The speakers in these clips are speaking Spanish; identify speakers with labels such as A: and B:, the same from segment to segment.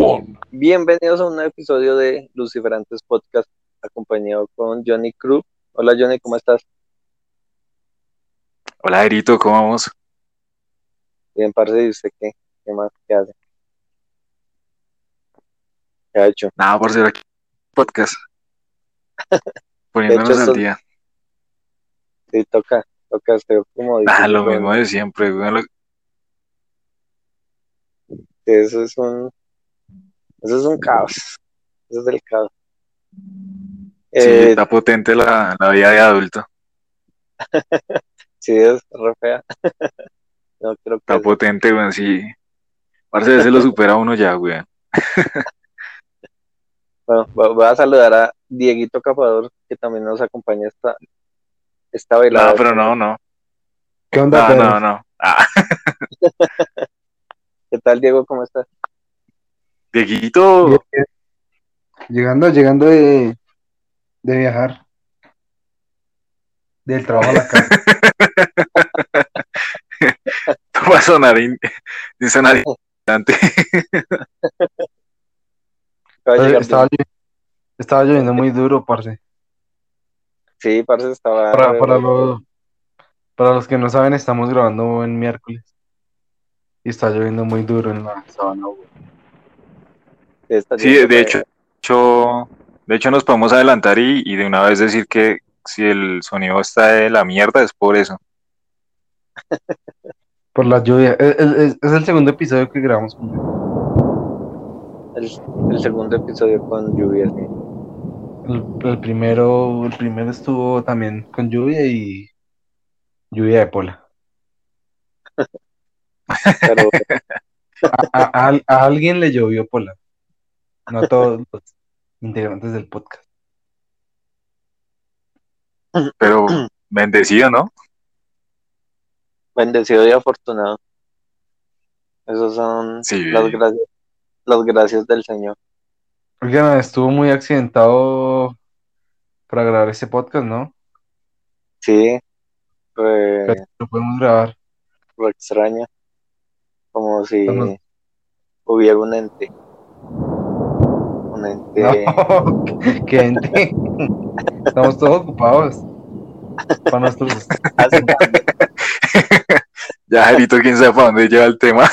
A: Bienvenidos a un nuevo episodio de Luciferantes Podcast, acompañado con Johnny Cruz. Hola Johnny, ¿cómo estás?
B: Hola, Jerito, ¿cómo vamos?
A: Bien, parce, ¿y usted qué más? ¿Qué hace? ¿Qué ha hecho?
B: Nada por ser aquí podcast,
A: De hecho,
B: poniéndonos al
A: esto
B: día.
A: sí toca, estoy como
B: Nada,
A: difícil
B: lo mismo
A: reunir.
B: de siempre, güey.
A: Eso es un caos, eso es del caos.
B: Sí,
A: Eh,
B: está potente la vida de adulto.
A: sí, es re fea, no creo
B: Está
A: que,
B: potente, güey, sí. Parce, se lo supera uno ya, güey.
A: bueno, voy a saludar a Dieguito Capador, que también nos acompaña esta velada.
B: No, pero no.
C: ¿Qué onda,
B: No,
C: perros?
B: no. Ah,
A: ¿Qué tal, Diego? ¿Cómo estás?
C: Bien,
B: Dieguito.
C: bien. Llegando de viajar, del trabajo a la casa.
B: Va a sonar, sin sonar interesante.
A: Acaba de llegar
C: Estaba,
A: bien.
C: estaba
A: ¿En
C: lloviendo
A: qué?
C: muy duro, parce.
A: Sí, parce, estaba
C: Para,
A: re,
C: para,
A: re.
C: los, para los que no saben, estamos grabando en miércoles y está lloviendo muy duro en la sabana, güey.
A: Sí, está
B: Sí,
A: yendo
B: de
A: re.
B: hecho nos podemos adelantar y de una vez decir que si el sonido está de la mierda es por eso.
C: Por la lluvia. Es el segundo episodio que grabamos con lluvia.
A: El, el segundo episodio con lluvia, sí.
C: El primero estuvo también con lluvia y lluvia de pola.
A: Pero,
C: A alguien le llovió pola, no a todos los integrantes del podcast.
B: Pero bendecido, ¿no?
A: bendecido y afortunado. Esas son
B: Sí,
A: las gracias del Señor.
C: Oigan, estuvo muy accidentado para grabar este podcast, ¿no?
A: Sí,
C: Pero
A: re,
C: lo podemos grabar.
A: re extraño. Como
C: Estamos-
A: si hubiera un
C: No,
A: ente.
C: qué ente. Estamos todos ocupados para nuestros,
A: Así también,
B: ya Jarito, quién sabe para dónde lleva el tema.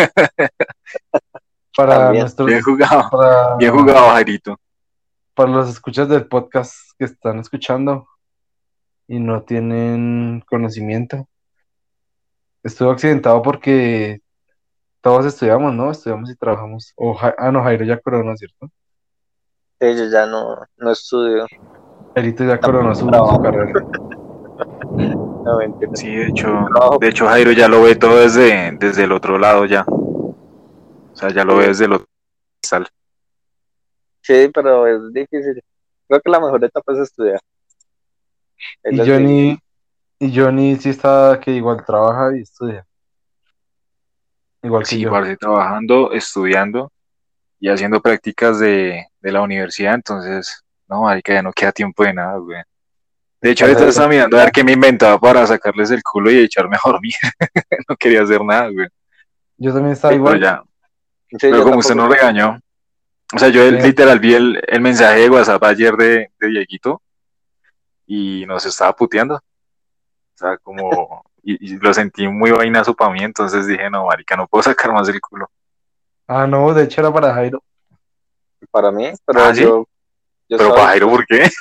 C: para
A: también.
B: Bien
C: nuestros,
B: jugado, bien
C: para,
B: jugado, Jarito.
C: para los escuchas del podcast que están escuchando y no tienen conocimiento. Estuvo accidentado porque todos estudiamos, ¿no? Estudiamos y trabajamos. No, Jairo ya coronó, ¿cierto?
A: Sí, yo ya no estudio,
C: Jairito ya coronó
A: tampoco
C: su
A: trabajo.
C: carrera.
A: No, mentira.
B: Sí,
A: Trabajo,
B: de hecho Jairo ya lo ve todo desde el otro lado ya. O sea, ya lo ve
A: sí,
B: desde el otro lado.
A: sí, pero es difícil. Creo que la mejor etapa es estudiar. Ahí
C: Y
A: les digo.
C: Johnny, y Johnny sí está que igual trabaja y estudia, igual que
B: Sí,
C: yo.
B: parce, trabajando, estudiando y haciendo prácticas de la universidad, entonces, no, marica, ya no queda tiempo de nada, güey. De hecho, ahorita
C: Parce,
B: estaba mirando a ver qué me inventaba para sacarles el culo y echarme a dormir. No quería hacer nada, güey.
C: yo también estaba
B: Pero
C: igual.
B: ya,
A: Sí,
B: pero
A: yo
B: como usted
A: tampoco.
B: nos regañó, o sea, yo
C: Eh,
B: literal vi el mensaje de WhatsApp ayer de Dieguito y nos estaba puteando. O sea, y lo sentí muy vainazo para mí, entonces dije, no, marica, no puedo sacar más el culo.
C: no, de hecho era para Jairo.
A: Para mí, pero
B: Ah, sí,
A: yo
B: pero
A: estaba
B: Pajairo,
A: dispuesto,
B: ¿por qué?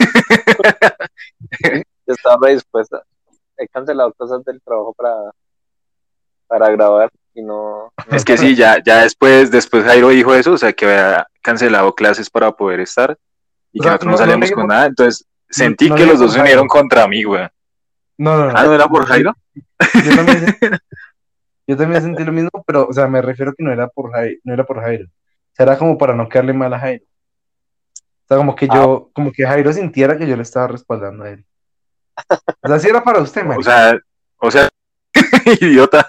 A: yo estaba predispuesta. He cancelado cosas del trabajo para grabar y no
B: Es que
A: salí.
B: sí, ya después Jairo dijo eso, o sea, que había cancelado clases para poder estar y
C: O
B: que
C: sea,
B: nosotros no
C: no le
B: salíamos
C: dije
B: con
C: por,
B: nada, entonces sentí
C: no
B: que
C: le dije
B: los dos
C: por
B: se unieron
C: Jairo.
B: contra mí, güey.
C: No, no,
B: Ah, ¿no
C: no.
B: era por Jairo?
C: Yo también, yo también sentí lo mismo, pero, o sea, me refiero que no era por Jairo. O sea, era como para no quedarle mal a Jairo. O sea,
A: Ah,
C: como que Jairo sintiera que yo le estaba respaldando a él. O sea, sí era para usted,
B: O
C: marica.
B: sea, o sea, idiota.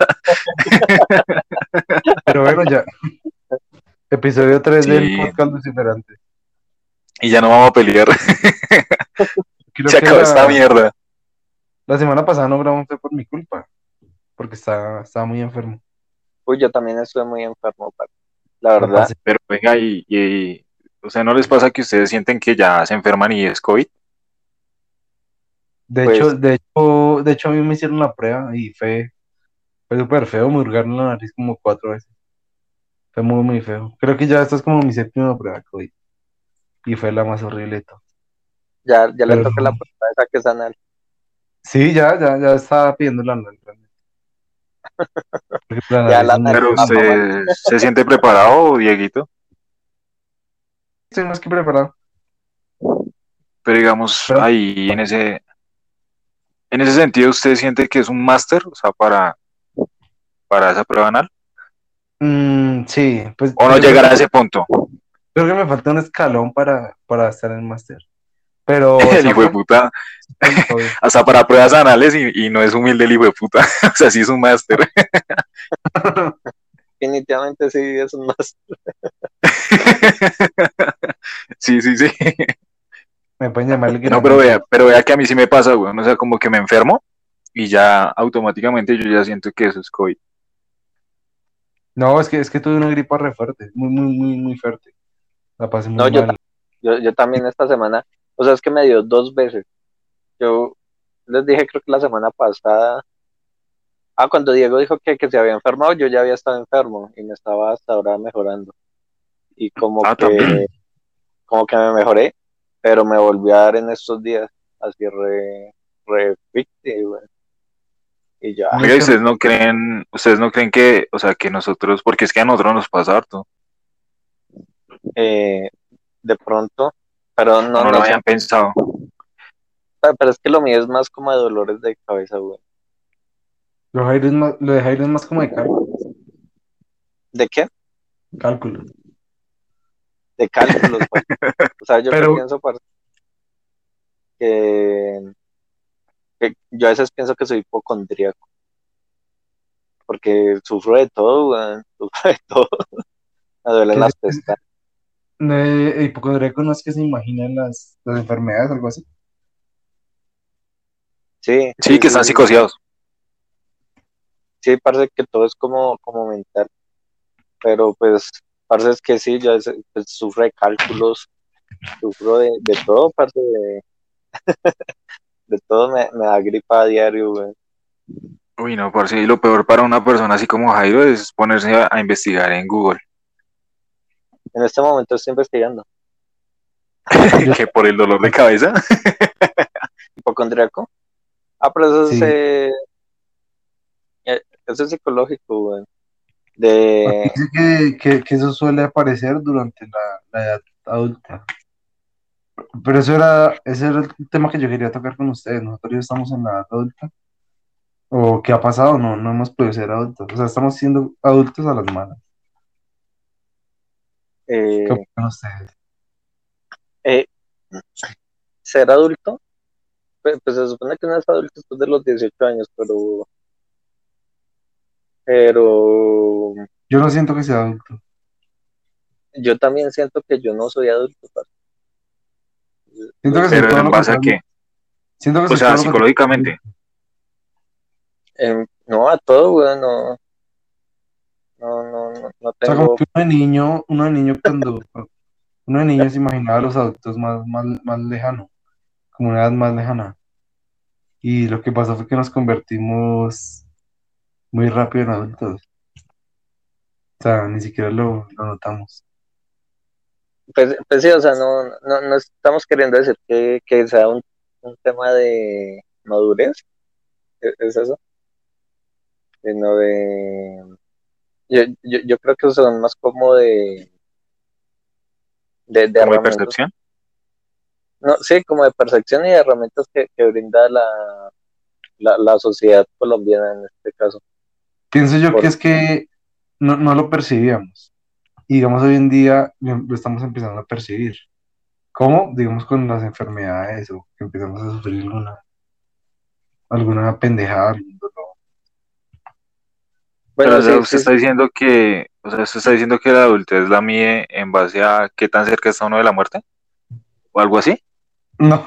C: Pero bueno, ya. Episodio 3 del
B: Sí,
C: podcast Luciferante.
B: y ya no vamos a pelear.
C: Creo
B: Se
C: que
B: acabó esta mierda.
C: la semana pasada no grabamos fue por mi culpa, porque estaba muy enfermo.
A: uy, yo también estuve muy enfermo, parce. la
C: La
A: verdad.
C: pasé.
B: Pero venga, o sea, ¿no les pasa que ustedes sienten que ya se enferman y es COVID?
C: De
A: Pues
C: hecho, de hecho, de hecho, a mí me hicieron la prueba y fue súper feo, me hurgaron la nariz como 4 veces. Fue muy, muy feo. Creo que ya esta es como mi séptima prueba de COVID y fue la más horrible de todo.
A: ya le
C: Pero
A: toca la prueba esa que es anal.
C: sí, ya estaba pidiendo la nariz realmente, porque la
A: Ya
C: nariz
A: la
C: es muy
A: anal
B: Pero
A: va
C: feo.
A: para mal.
B: usted se siente preparado, Dieguito.
C: Estoy más que preparado.
B: Pero digamos,
C: Pero,
B: ahí en ese sentido, ¿usted siente que es un máster, o sea, para esa prueba anal?
C: sí,
B: ¿O
C: pues
B: no
C: yo creo
B: llegar
C: que,
B: a ese punto?
C: creo que me falta un escalón para estar en máster. Pero
B: El
C: esa
B: hijo de
C: prueba
B: puta,
C: está bien, todo bien.
B: hasta para pruebas anales y no es humilde el hijo de puta. O sea, sí es un máster.
A: Definitivamente sí, es un más.
B: Sí, sí, sí.
C: Me pueden llamar el
B: No,
C: granito.
B: pero vea que a mí sí me pasa, güey. O sea, como que me enfermo y ya automáticamente yo ya siento que eso es COVID.
C: No, es que tuve una gripa re fuerte, muy, muy, muy, muy fuerte. La pasé muy
A: No,
C: mal.
A: yo también esta semana, o sea, es que me dio 2 veces. Yo les dije, creo que la semana pasada, cuando Diego dijo que se había enfermado, yo ya había estado enfermo y me estaba hasta ahora mejorando. Y
B: Ah, también.
A: como que me mejoré, pero me volví a dar en estos días, así re ficti, güey. Y ya,
C: No es
B: Oiga, ¿y
C: que
B: ustedes no creen que, o sea, que nosotros, porque es que a nosotros nos pasa harto,
A: eh, de pronto, pero
B: o
A: no,
B: no lo
A: no sé,
B: habían pensado?
A: pero es que lo mío es más como de dolores de cabeza, güey.
C: lo de Jairo es más como de cálculo.
A: ¿De qué?
C: Cálculo.
A: De cálculos, parce. O sea, yo que
C: Pero
A: pienso, parce, que, que yo a veces pienso que soy hipocondríaco, porque sufro de todo, güey, sufro de todo, me duelen
C: que
A: las pestañas.
C: hipocondríaco no es que se imaginan las enfermedades, algo así.
A: Sí,
B: Sí,
A: sí,
B: que
A: sí,
B: están
A: sí,
B: psicoseados.
A: sí, parece que todo es como mental, pero pues, parece es que sí, yo a veces, pues, sufro de cálculos, sufro de todo, parce, de todo me da gripa a diario, güey.
B: Uy, no, parce, y lo peor para una persona así como Jairo es ponerse a investigar en Google,
A: En este momento estoy investigando.
C: Yo
B: que por el dolor de cabeza.
A: ¿Hipocondríaco? Pero eso es,
C: sí.
A: eso es psicológico, güey. De,
C: Dice que eso suele aparecer durante la edad adulta. Pero ese era el tema que yo quería tocar con ustedes. Nosotros ya estamos en la edad adulta. ¿O qué ha pasado? No hemos podido ser adultos. O sea, estamos siendo adultos a las malas. ¿Qué
A: eh,
C: opinan ustedes?
A: eh, ser adulto, pues se supone que uno es adulto después de los 18 años, pero
C: Yo no siento que sea adulto.
A: yo también siento que yo no soy adulto, parce.
C: Siento que soy
B: Pero
C: todo
B: en
C: lo
B: base a
C: contrario.
B: qué?
C: Siento que
B: O
C: soy
B: sea,
C: todo lo contrario.
B: psicológicamente.
A: No, a todo, güey, no, no
C: O sea, como
A: tengo,
C: que uno de niño se imaginaba a los adultos más lejano, como una edad más lejana. Y lo que pasó fue que nos convertimos muy rápido en adultos. O sea, ni siquiera lo notamos.
A: pues sí, o sea, no estamos queriendo decir que sea un tema de madurez, es eso, sino yo creo que son más como de
B: Como de
A: herramientas,
B: percepción.
A: no, sí, como de percepción y de herramientas que brinda la sociedad colombiana en este caso.
C: Pienso yo que
A: Por,
C: es que no lo percibíamos. Y digamos, hoy en día lo estamos empezando a percibir. ¿Cómo? Digamos, con las enfermedades o que empezamos a sufrir alguna pendejada. Algún dolor.
B: Pero
A: bueno,
B: o sea,
A: sí,
B: usted
A: sí,
B: está diciendo que, o sea, usted está diciendo que la adultez la mide en base a qué tan cerca está uno de la muerte o algo así.
C: No,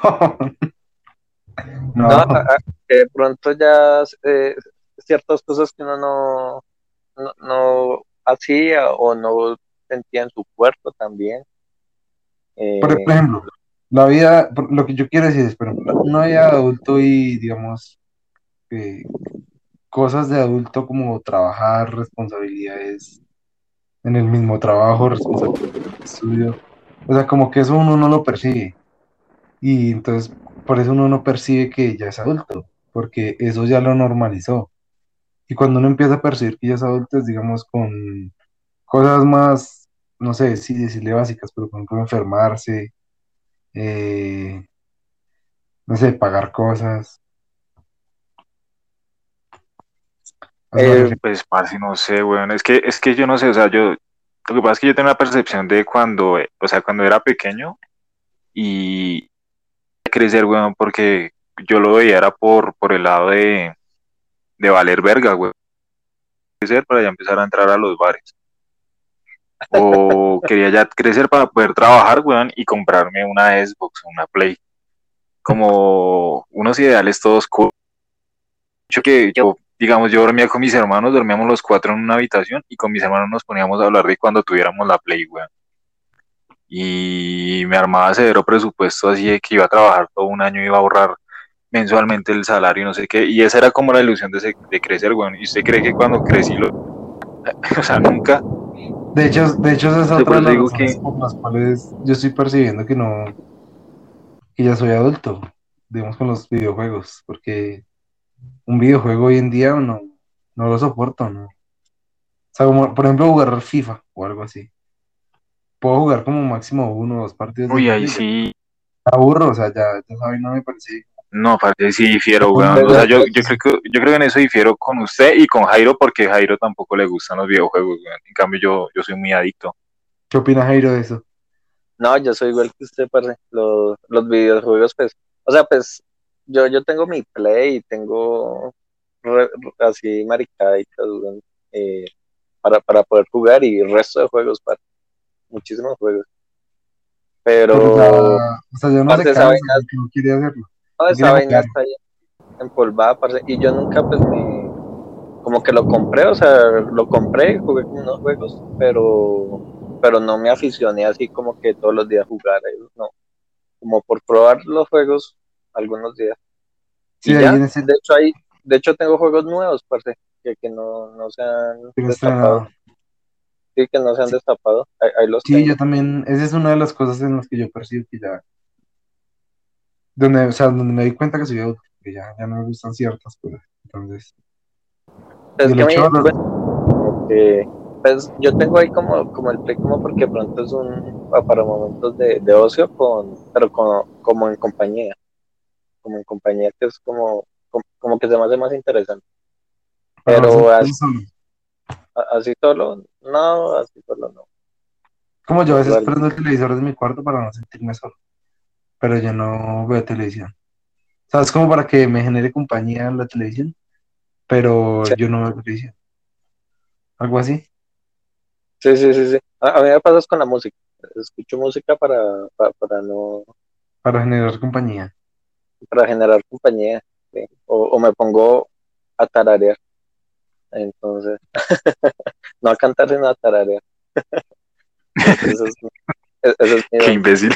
A: no,
C: no.
A: que de pronto ya ciertas cosas que uno no hacía o no sentía en su cuerpo también.
C: Por
A: Eh,
C: ejemplo, la vida, lo que yo quiero decir es, por ejemplo, una vida de adulto y, digamos, eh, cosas de adulto como trabajar, responsabilidades en el mismo trabajo, responsabilidades en el estudio. O sea, como que eso uno no lo percibe. Y entonces, por eso uno no percibe que ya es adulto, porque eso ya lo normalizó. Y cuando uno empieza a percibir que ya es adulto, es, digamos, con cosas más, no sé si decirle básicas, pero por ejemplo, enfermarse, eh, no sé, pagar cosas. A eso me
A: eh,
C: refiero.
B: Pues, parce, no sé, weón. Es que yo no sé, o sea, lo que pasa es que yo tengo la percepción de cuando, o sea, cuando era pequeño y crecer, weón, porque yo lo veía era por el lado de valer verga, weón. Crecer para ya empezar a entrar a los bares. O quería ya crecer para poder trabajar, weón, y comprarme una Xbox o una Play. Como unos ideales todos cool. Mucho que yo, digamos, yo dormía con mis hermanos, dormíamos los cuatro en una habitación y con mis hermanos nos poníamos a hablar de cuando tuviéramos la Play, weón. Y me armaba severo presupuesto así de que iba a trabajar todo un año, iba a ahorrar mensualmente el salario y no sé qué. Y esa era como la ilusión de crecer, weón. ¿Y usted cree que cuando crecí lo... O sea, nunca,
C: De hecho, esa es
B: no sé,
C: otra
B: por
C: de
B: eso
C: las
B: digo
C: razones
B: que...
C: por las cuales yo estoy percibiendo que no, que ya soy adulto, digamos, con los videojuegos, porque un videojuego hoy en día no lo soporto, ¿no? O sea, como por ejemplo jugar FIFA o algo así. Puedo jugar como máximo uno o dos partidos de
B: Uy,
C: FIFA
B: ahí
C: y ya
B: sí.
C: me aburro, o sea, ya sabes, no me parece.
B: No, parce, sí difiero,
C: No,
B: weón.
C: no,
B: O sea,
C: no,
B: yo creo que en eso difiero con usted y con Jairo porque a Jairo tampoco le gustan los videojuegos, weón. En cambio, yo soy muy adicto.
C: ¿Qué opina Jairo de eso?
A: no, yo soy igual que usted, parce. Los videojuegos, pues, o sea, pues, yo tengo mi Play y tengo así maricaditas, weón, eh, para poder jugar y el resto de juegos, para muchísimos juegos.
C: Pero ya,
A: Pero,
C: o sea, ya no se
A: parce, esa
C: cansa,
A: vaina,
C: que no quiere hacerlo,
A: no,
C: no quiere
A: esa vaina
C: jugar.
A: está ahí empolvada, parce, y yo nunca, pues, como que lo compré, o sea, lo compré, jugué como unos juegos, pero no me aficioné así como que todos los días jugar, no, como por probar los juegos algunos días.
C: Sí,
A: Y
C: ahí
A: ya,
C: en ese
A: de hecho tengo juegos nuevos, parce, que no se han
C: que no
A: destapado,
C: estrenaba.
A: sí, que no se han
C: Sí,
A: destapado, ahí los
C: sí, yo
A: tengo.
C: también, esa es una de las cosas en las que yo percibo que ya, donde, o sea, donde me di cuenta que soy adulto, que ya no me gustan ciertas cosas. Entonces, y
A: Es
C: el
A: que a
C: hecho
A: mí,
C: de
A: bueno, como que, pues yo tengo ahí como el play como porque pronto es para momentos de ocio, pero como en compañía, que es como que se me hace más interesante.
C: para no
A: Pero
C: sentirse solo.
A: así solo, no, así solo no,
C: Como yo a
A: no
C: veces
A: realmente.
C: prendo el televisor de mi cuarto para no sentirme solo, pero yo no veo televisión. O sea, es como para que me genere compañía en la televisión, pero
A: Sí,
C: yo no veo televisión. Algo así,
A: sí, sí, sí, sí. A mí me pasa con la música. Escucho música para no,
C: para generar compañía.
A: para generar compañía, ¿sí? O me pongo a tararear. Entonces, no a cantar, sino a tararear. Ese es mi
B: Qué
A: don.
B: imbécil.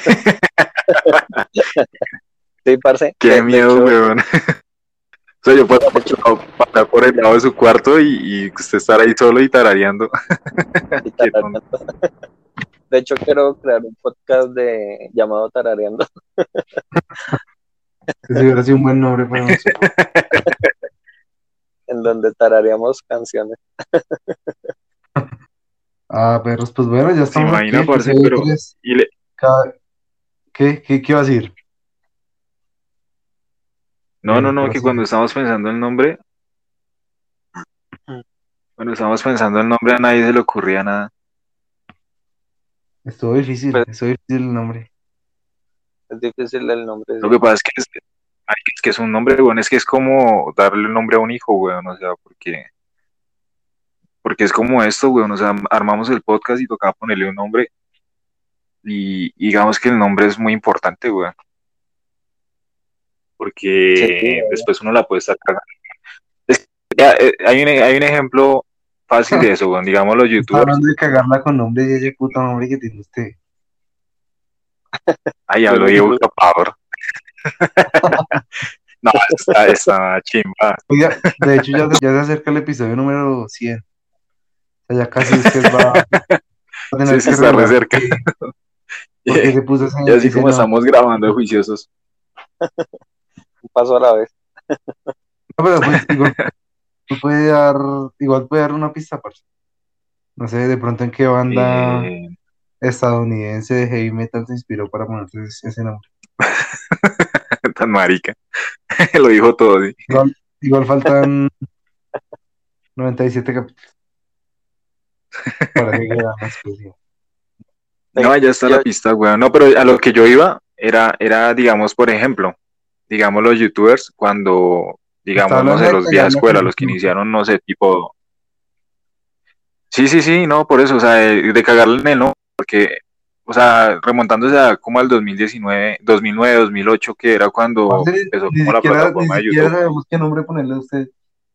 A: Sí, parce.
B: Qué
A: De
B: miedo,
A: hecho,
B: weón. O sea, yo puedo
A: de hecho,
B: pasar por el lado de su cuarto y usted estar ahí solo y tarareando.
A: sí,
B: Qué tonto.
A: tarareando. De hecho, quiero crear un podcast llamado Tarareando,
C: Ese hubiera sido un buen nombre para nuestro podcast.
A: en donde tarareamos canciones.
C: Ah, perros, pues bueno, ya
B: Se
C: estamos aquí,
B: imagina, parce,
C: episodio
B: pero...
C: 3.
B: Y le...
C: ¿Qué iba a decir?
B: No, que
C: Prosigue.
B: cuando estamos pensando el nombre,
A: Mm.
B: cuando estamos pensando el nombre a nadie se le ocurría nada.
A: Pues
C: Estuvo difícil el nombre.
A: es difícil el nombre,
B: Lo
A: sí.
B: que pasa es que es un nombre, bueno, es que es como darle el nombre a un hijo, weón, o sea, porque es como esto, weón, o sea, armamos el podcast y tocaba ponerle un nombre y digamos que el nombre es muy importante, weón,
A: Sí,
B: porque después uno la puede estar cagando. Es que, hay un ejemplo, fácil de eso, weón. Digamos los
C: Está
B: youtubers.
C: hablando de cagarla con nombre y ese puto nombre que tiene usted.
B: Ahí
A: Yo
B: hablo
A: le
B: de
A: digo,
B: Power. No, está chimba.
C: Oiga, de hecho ya se acerca el episodio número 100. O sea, ya casi usted va a
B: Sí,
C: tener
B: sí,
C: que
B: está re
C: revelar
B: cerca.
C: por qué se puso ese,
B: Y así
C: ese
B: como
C: nombre.
B: estamos grabando de juiciosos.
A: un paso a la vez.
C: No, pero pues igual puede dar una pista, parce. No sé, de pronto en qué banda
B: Eh,
C: estadounidense de heavy metal se inspiró para ponerse ese nombre.
B: tan marica. Lo dijo todo, sí.
C: Igual faltan 97 capítulos para que quede la especie.
B: No, ya está la
A: Yo,
B: pista, weón. No, pero a lo que yo iba era, digamos, por ejemplo, digamos los youtubers cuando,
C: Está
B: digamos, no
C: hablando
B: sé,
C: de
B: los vieja
C: cagarla
B: escuela,
C: con
B: los que
C: nombre.
B: iniciaron, no sé, tipo. Sí, sí, sí, no, por eso, o sea, de cagarle en el no, porque, o sea, remontándose a como al 2019, 2009, 2008, que era cuando
C: Parce,
B: empezó
C: ni
B: como la
C: siquiera, ni
B: plataforma de
C: siquiera
B: YouTube.
C: sabemos qué nombre ponerle a usted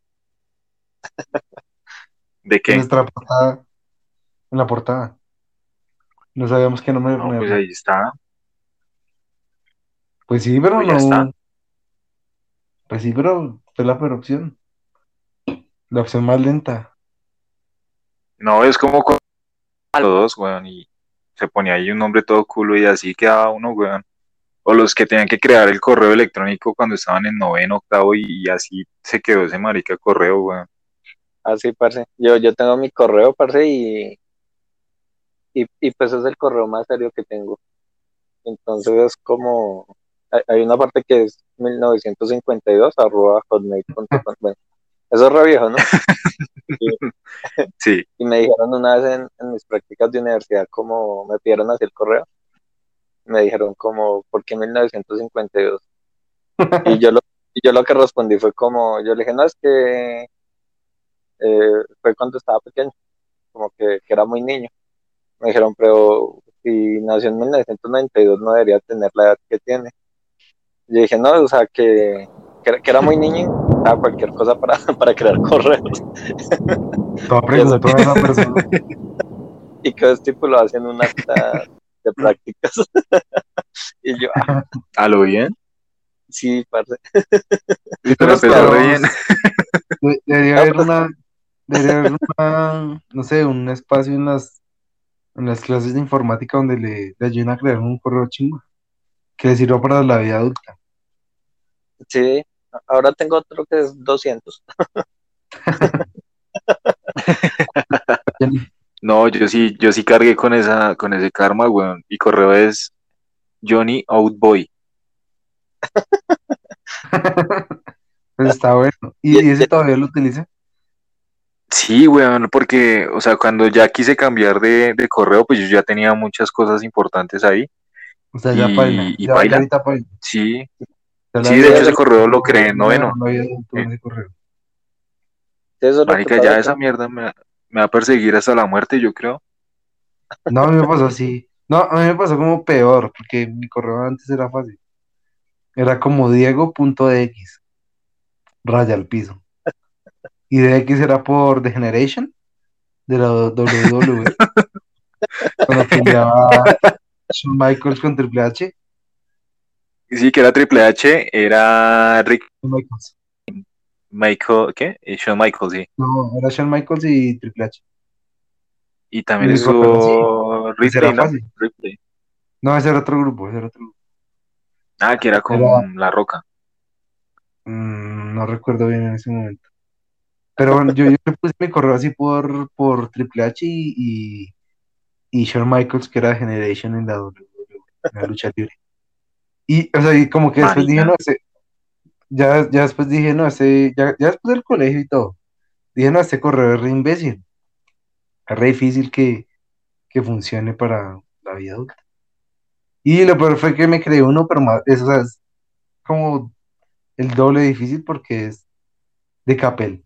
B: ¿De
C: en
B: qué?
C: nuestra portada, en la portada. No sabíamos qué nombre
B: No, pues
C: ponerle.
B: ahí está,
C: Pues sí, pero
B: pues ya está.
C: no. Pues sí, pero fue la peor opción. La opción más lenta.
B: No, es como con a los dos, weón, y se ponía ahí un nombre todo culo y así quedaba uno, weón. O los que tenían que crear el correo electrónico cuando estaban en noveno, octavo, y así se quedó ese marica correo, weón.
A: así, parce. Yo tengo mi correo, parce, y pues es el correo más serio que tengo. Entonces es como, hay una parte que es 1952 arroba hotmail.com. Bueno, eso es re viejo, ¿no? Y,
B: Sí,
A: y me dijeron una vez en mis prácticas de universidad, como me pidieron así el correo, me dijeron como, ¿por qué 1952? Y yo lo, y yo lo que respondí fue como, yo le dije, no, es que fue cuando estaba pequeño, como que era muy niño. Me dijeron, pero si nació en 1992 no debería tener la edad que tiene. Yo dije, no, o sea, que era muy niño y necesitaba cualquier cosa para, para crear correos.
C: Toda
A: Y eso,
C: preguntó a esa persona.
A: y que estipulado en un acta de prácticas. Y yo, ah,
B: a lo bien.
A: sí, parce.
C: Sí,
B: Pero
C: pero es que
B: empezó re bien.
C: debería
A: No,
C: haber
A: pues,
C: no sé, un espacio en las clases de informática donde le ayuden a crear un correo chimba que le sirva para la vida adulta.
A: sí, ahora tengo otro que es 200.
B: No, yo sí cargué con ese karma, weón. Mi correo es Johnny Outboy.
C: Pues está bueno.
A: Y,
C: ¿Y ese todavía lo utiliza?
B: Sí, weón, porque, o sea, cuando ya quise cambiar de correo, pues yo ya tenía muchas cosas importantes ahí.
C: O sea, ya paila.
B: Y
C: Ya
B: paila.
C: ahorita paila.
B: Sí,
C: Ya la
B: sí, de
C: vida
A: sí,
B: hecho
A: eso,
B: ese correo lo creé en
C: no le
B: noveno.
C: agarró la vida adulta
B: Eh,
C: en ese correo.
A: sí, eso es lo que
B: Marica,
A: pasa
B: ya esa
A: con...
B: mierda me va a perseguir hasta la muerte, yo creo.
C: No, a mí me pasó así. No, a mí me pasó como peor, porque mi correo antes era fácil. Era como Diego.dx, raya al piso. Y DX era por The Generation, de la WWE, cuando peleaba Shawn Michaels con Triple H.
B: Sí, que era Triple H, era Rick
C: Shawn Michaels.
B: Michael, ¿qué? Shawn Michaels, sí.
C: No, era Shawn Michaels y Triple H.
B: Y
C: Y
B: también
C: mi correo era así.
B: estuvo
C: Ese
B: Ripley,
C: era
B: ¿no?
C: fácil.
B: Ripley.
C: No, ese era otro grupo, ese era otro grupo.
B: Ah, que era
C: Era,
B: con La Roca.
C: no recuerdo bien en ese momento. Pero bueno, yo le puse mi correo así por Triple H y Shawn Michaels, que era Generation en la WWE, en la lucha libre. Y, o sea, y como que después dije,
B: Marica.
C: no, ya después dije, no, ya después del colegio y todo, dije, no, este correo es re imbécil, es re difícil que funcione para la vida adulta. Y lo peor fue que me creé uno, pero más, o sea, es como el doble difícil porque es de Capel,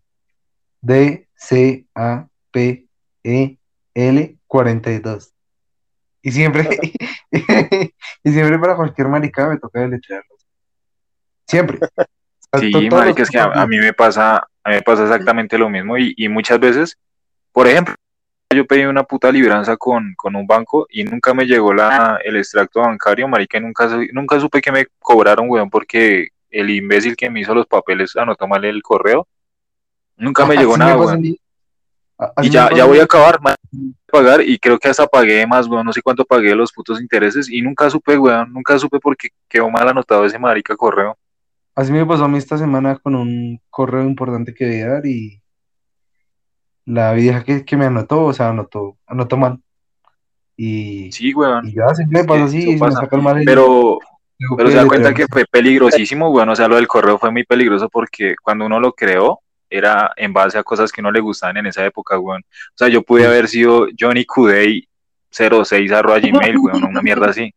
C: DCAPEL 42. Y siempre, y siempre para cualquier maricada me toca deletrearlo. Siempre. O sea,
B: Sí,
C: todos los
B: marica, es que
C: putos
B: a
C: días.
B: mí me pasa exactamente lo mismo y muchas veces, Por ejemplo, yo pedí una puta libranza con un banco y nunca me llegó el extracto bancario, marica, y nunca supe que me cobraron, weón, porque el imbécil que me hizo los papeles anotó mal el correo. Nunca me llegó
C: Así me
B: nada,
C: pasa a
B: weón.
C: mí.
B: Y
C: Así me
B: ya
C: pasa a
B: voy a
C: mí.
B: acabar, man, pagar y creo que hasta pagué más, weón, no sé cuánto pagué de los putos intereses y nunca supe, weón, nunca supe porque quedó mal anotado ese marica correo.
C: Así me pasó a mí esta semana con un correo importante que debía dar y la vieja que me anotó, o sea, anotó mal. Y,
B: Sí, weón,
C: y ya siempre me
B: es
C: pasa
B: que
C: así
B: eso
C: y me
B: pasa.
C: sacan mal
B: Pero,
C: tengo
B: pero
C: que
B: se da cuenta
C: deletrearlo
B: que
C: así.
B: fue peligrosísimo, weón, o sea, lo del correo fue muy peligroso porque cuando uno lo creó era en base a cosas que no le gustaban en esa época, weón. O sea, yo pude
C: Uy.
B: haber sido Johnny Kudey 06 @gmail, weón, una mierda así.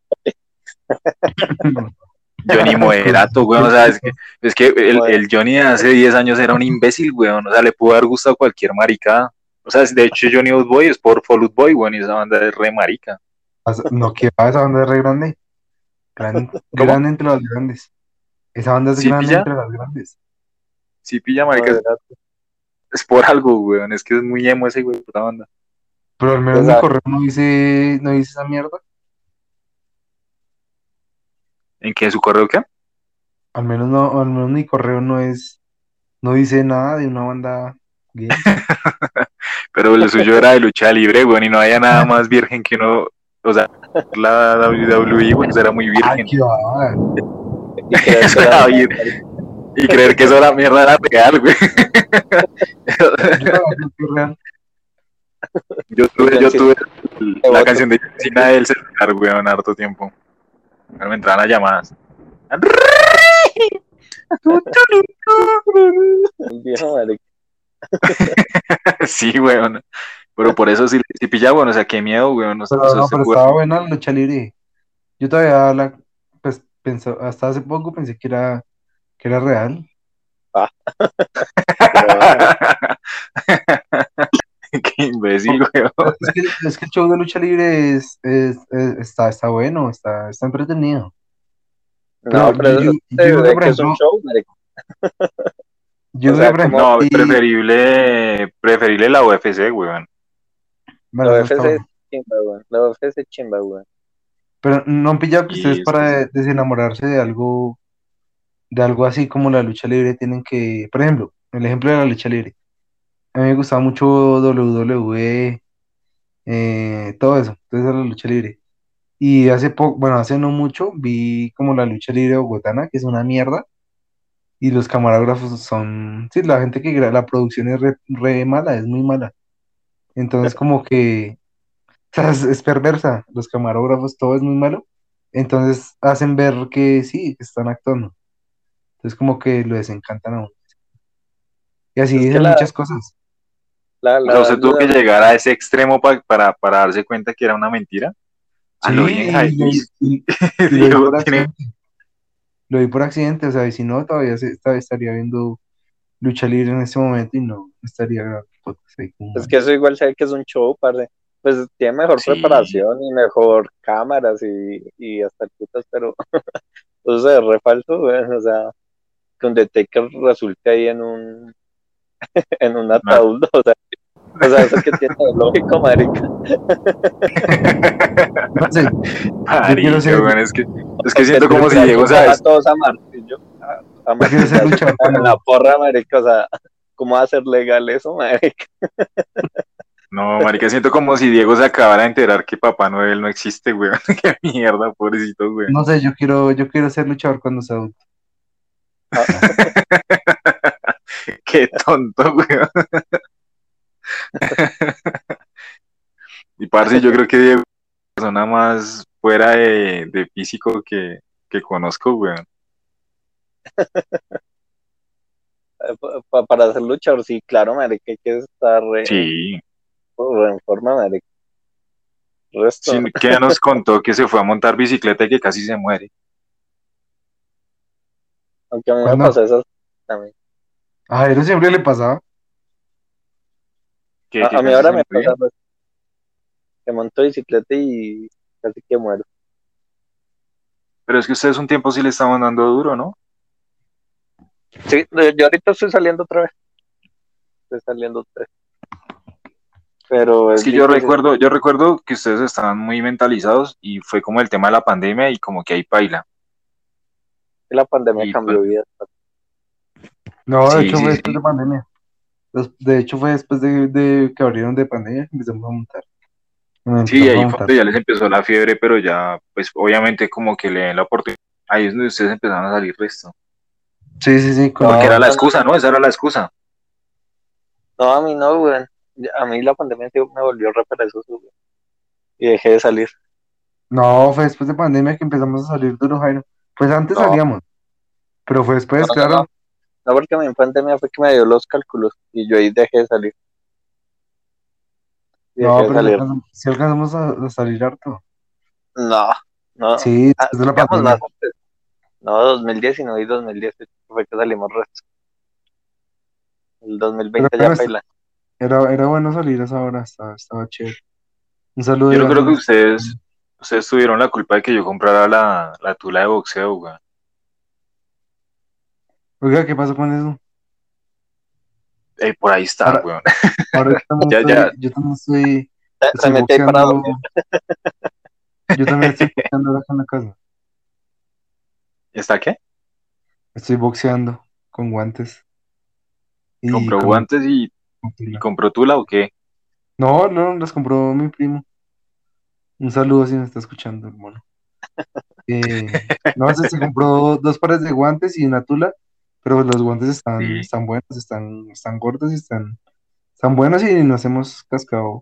B: Johnny Moderato, weón, o sea, es que
A: Bueno,
B: el Johnny de hace 10 años era un imbécil, weón, o sea, le pudo haber gustado cualquier maricada. O sea, de hecho Johnny Outboy es por Fall Out Boy, weón, y esa banda es re marica.
C: No, que va, esa banda es re grande.
B: ¿Cómo?
C: Grande entre las grandes. Esa banda es
B: ¿Sí
C: grande
B: pilla?
C: entre las grandes.
B: Sí pilla, marica,
A: moderato.
B: es por algo, weón, es que es muy emo ese güey, puta banda.
C: Pero al menos
A: Usted
C: mi
A: sabe,
C: correo no dice esa mierda.
B: ¿En qué su correo qué?
C: Al menos mi correo no dice nada de una banda gay.
B: Pero el suyo era de lucha libre, weón, y no había nada más virgen que uno, o sea, la WWE, weón, eso era muy
C: Ay,
B: virgen.
C: qué va.
A: y creer que
B: Eso
A: era
B: era
A: real,
B: vir-
A: marica.
B: y creer que eso era mierda era real, güey.
C: Yo todavía creo que es real.
B: Yo
A: Y
B: tuve,
A: John
B: yo
A: Cena
B: tuve
A: de
B: la
A: voto.
B: canción de China del celular, weón, harto tiempo. Pero me entraban las llamadas.
A: El viejo marica.
B: Sí, weón. Pero por eso sí pilla, bueno, o sea, qué miedo, weón. O
C: Pero
B: sea,
C: no,
B: usted
C: pero
B: puede.
C: estaba buena la lucha libre. Yo todavía pues hasta hace poco pensé que era real.
A: Ah, pero marica,
B: Qué imbécil, weón.
C: Es que el show de lucha libre está bueno, está entretenido.
A: no,
C: Pero yo,
A: pero
C: yo,
A: se
C: yo creo que,
A: ve
C: por
A: que es un
C: ejemplo,
A: show, marica.
C: yo
A: O
C: creo que,
A: sea,
C: por ejemplo,
A: como
B: No,
C: ahí,
B: preferible la UFC, weón.
C: bueno,
A: la
C: eso está
A: UFC es
C: bueno.
A: chimba, weón. La UFC es chimba, weón.
C: Pero no han pillado que ustedes
B: Y es que
C: para desenamorarse de algo así como la lucha libre tienen que, por ejemplo, el ejemplo de la lucha libre. A mí me gustaba mucho WWE, todo eso, entonces era la lucha libre. Y hace poco, bueno, hace no mucho, vi como la lucha libre bogotana, que es una mierda, y los camarógrafos sí, la gente la producción es re mala, es muy mala. Entonces como que, o sea, es perversa, los camarógrafos, todo es muy malo. Entonces hacen ver que sí, que están actuando. Entonces como que lo desencantan a uno. Y así
A: Es que
C: dicen muchas cosas.
B: O sea, usted tuvo que
A: la
B: llegar a ese extremo para darse cuenta que era una mentira. A
C: Sí,
B: lo bien,
C: y, lo
B: Jaivis.
C: y lo vi
B: Diego
C: por
B: tiene.
C: accidente. Lo vi por accidente, o sea, y si no, todavía estaría viendo lucha libre en ese momento y no estaría grabando podcast ahí como
A: Es
C: mal.
A: que eso igual sabe que es un show, parce. Pues tiene mejor
B: Sí,
A: preparación y mejor cámaras y hasta putas, pero eso se ve re falso, güey. O sea, que un detective resulte ahí en un
B: una-
A: ataúd, o sea, eso que tiene de lógico, marica.
C: No sé, yo quiero
B: Marica,
C: ser,
B: weón, es que
A: O que
B: siento
C: yo
B: como si
C: quiero,
B: Diego,
A: literalmente coja a
B: ¿sabes?
A: todos a martillo, a
C: yo quiero ser
A: martillazos
C: luchador
A: en la
C: cuando,
A: porra, marica. O sea, ¿cómo va a ser legal eso, marica?
B: No, marica, siento como si Diego se acabara de enterar que Papá Noel no existe, weón. Qué mierda, pobrecito, weón.
C: no sé, yo quiero ser luchador cuando sea adulto.
A: Ah,
B: Qué tonto, weón. Y parce, yo creo que Diego es la persona más fuera de físico que conozco, weón.
A: para ser luchador, sí, claro, marica, hay que estar
B: Sí,
A: re en forma, marica.
B: sí,
A: Resto,
B: que ya nos contó que se fue a montar bicicleta y que casi se muere.
A: aunque a mí me
C: ¿Cuándo?
A: pasó eso también.
C: A él siempre le pasaba.
B: Que
A: A mí
B: casi
A: ahora
B: se
A: me
B: murió.
A: pasa, pues, que monto bicicleta y casi que muero.
B: Pero es que ustedes un tiempo sí le estaban dando duro, ¿no?
A: Sí, yo ahorita estoy saliendo otra vez. Estoy saliendo otra vez. pero
B: Es
A: es
B: que yo
A: difícil.
B: recuerdo que ustedes estaban muy mentalizados y fue como el tema de la pandemia y como que ahí paila.
A: Que la pandemia
B: Y pues,
A: cambió vidas.
C: No, de
B: sí,
C: hecho fue
B: sí,
C: después
B: sí.
C: de pandemia. De hecho fue después de que abrieron de pandemia que empezamos a montar.
B: Sí,
C: Empezamos a
B: ahí fue
C: montar.
B: donde ya les empezó la fiebre, pero ya, pues obviamente como que le den la oportunidad. Ahí es donde ustedes empezaron a salir resto.
C: Sí, sí, sí,
B: Porque
A: No,
B: era
C: con...
B: la excusa, ¿no? Esa era la excusa.
A: no, a mí no, güey. A mí la pandemia sí me volvió re perezoso, güey, y dejé de salir.
C: No, fue después de pandemia que empezamos a salir duro, Jairo. Pues antes
A: No,
C: salíamos, pero fue
A: no,
C: después,
A: no, no.
C: claro.
A: No, porque a mí en pandemia fue que me dio los cálculos y yo ahí dejé de salir. Y dejé
C: No,
A: de
C: pero
A: salir.
C: sí alcanzamos a salir harto.
A: No, no.
C: Sí,
A: Ah,
C: después de la
A: digamos más
C: pandemia.
A: antes. No, 2019 y 2018 fue que salimos resto. El
C: Pero
A: 2020 ya
C: bueno,
A: paila.
C: era bueno salir a esa hora, estaba chévere. Un saludo
B: Yo
C: a
B: recuerdo que
C: Iván.
B: ustedes tuvieron la culpa de que yo comprara la tula de boxeo, güey.
C: Oiga, ¿qué pasó con eso?
B: Por ahí está,
C: Ahora,
B: güey.
C: ahora
B: Ya, ya,
C: yo también estoy,
A: Se
C: estoy
A: mete ahí para dormir.
C: boxeando, yo también estoy boxeando ahora acá en la casa.
B: ¿está qué?
C: Estoy boxeando con guantes y
B: ¿Compró
C: con mi
B: guantes y
C: mochila.
B: compró tula o qué?
C: No, no, las compró mi primo. Un saludo si me está escuchando, hermano. No, se compró dos pares de guantes y una tula, pero los guantes
B: Sí.
C: están buenos, están gordos y están buenos y nos hemos cascado.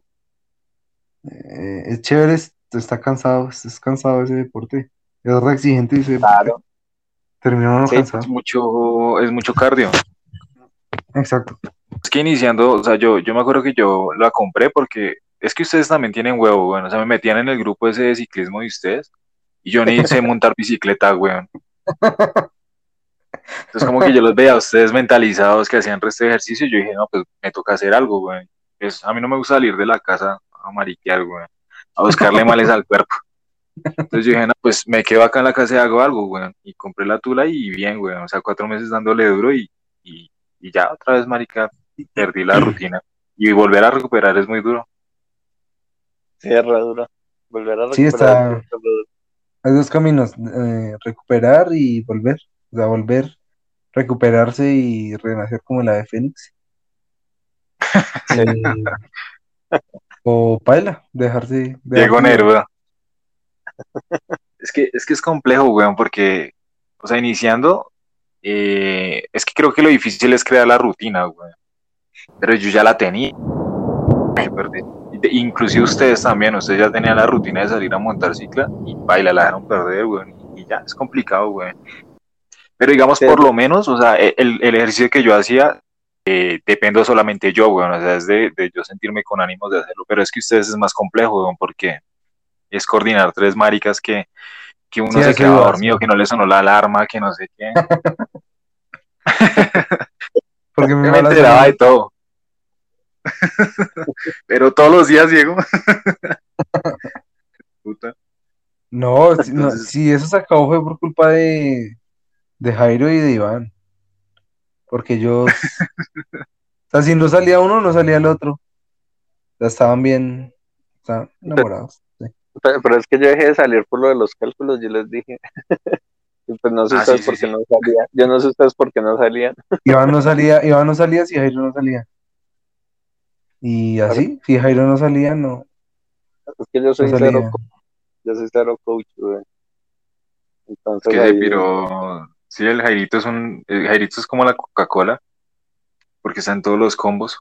C: Es chévere, está cansado, es cansado ese deporte. Es re exigente ese deporte.
A: Claro.
C: Termina uno
A: Sí,
B: Es
C: cansado.
B: mucho cardio.
C: Exacto.
B: Es que iniciando, o sea, yo me acuerdo que yo la compré porque es que ustedes también tienen huevo, bueno, o sea, me metían en el grupo ese de ciclismo de ustedes y yo ni sé montar bicicleta, weón. Entonces como que yo los veía a ustedes mentalizados que hacían resto de ejercicio y yo dije, no, pues me toca hacer algo, weón. Pues, a mí no me gusta salir de la casa a mariquear, weón, a buscarle males al cuerpo. Entonces yo dije, no, pues me quedo acá en la casa y hago algo, weón. Y compré la tula y bien, weón, o sea, 4 meses dándole duro y, y ya otra vez, marica, perdí la rutina. Y volver a recuperar es muy duro.
A: sí, es re duro. Volver a
C: Sí,
A: recuperar el tiempo es re duro.
C: hay dos caminos, recuperar y volver. O sea, volver, recuperarse y renacer como la de Fénix.
A: Sí,
C: Eh, o paila,
B: Diego
C: dejarse llevar.
B: Neruda. Es que es complejo, weón, porque, o sea, iniciando, es que creo que lo difícil es crear la rutina, weón. Pero yo ya la tenía, yo perdí. Inclusive ustedes también, ustedes ya tenían la rutina de salir a montar cicla y baila, la dejaron perder, weón. Y ya, es complicado, weón. Pero digamos,
A: sí,
B: por lo menos, o sea, el ejercicio que yo hacía, dependo solamente yo, weón. O sea, es de yo sentirme con ánimos de hacerlo. Pero es que ustedes es más complejo, weón, porque es coordinar tres maricas que
C: Sí,
B: uno
C: a
B: se
C: eso
B: quedaba
C: iba,
B: dormido, que no le sonó la alarma, que no sé qué.
C: porque mi
B: Yo me
C: mala
B: enteraba de
C: suerte.
B: todo, pero todos los días, Diego. Puta.
C: No, no,
B: Entonces,
C: si eso se acabó fue por culpa de Jairo y de Iván, porque ellos, o sea, si no salía uno, no salía el otro. Ya estaban bien, estaban enamorados. Sí.
A: pero es que yo dejé de salir por lo de los cálculos, yo les dije. Y pues no sé
B: sí,
A: ustedes
B: sí,
A: por qué
B: sí.
A: no salían. Yo no sé ustedes por qué no salían.
C: Iván no salía si Jairo no salía. Y
A: Pero
C: así, si Jairo no salía,
A: es que yo
C: no
A: soy cero,
C: salía.
A: yo soy cero coach, güey.
B: Es
A: Entonces
B: que se
A: ahí,
B: piró. Sí, el Jairito es como la Coca-Cola, porque está en todos los combos.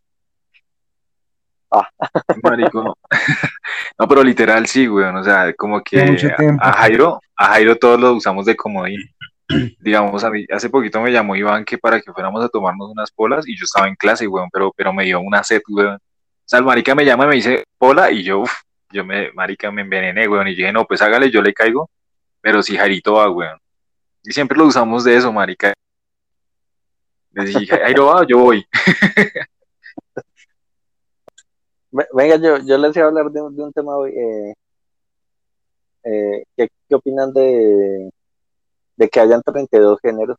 A: ah,
B: Marico. No, pero literal sí, weón. O sea, como
C: Hace mucho
B: que
C: tiempo.
B: A Jairo todos lo usamos de comodín. Digamos, a mí hace poquito me llamó Iván que para que fuéramos a tomarnos unas polas y yo estaba en clase, weón, pero me dio una sed, weón. O sea, el marica me llama y me dice pola y yo, marica, me envenené, weón. Y yo dije, no, pues hágale, yo le caigo, pero si Jairito va, weón. Y siempre lo usamos de eso, marica. Le dije, Jairo va, yo voy.
A: venga, yo les iba a hablar de un tema hoy. ¿Qué opinan de que hayan 32 géneros?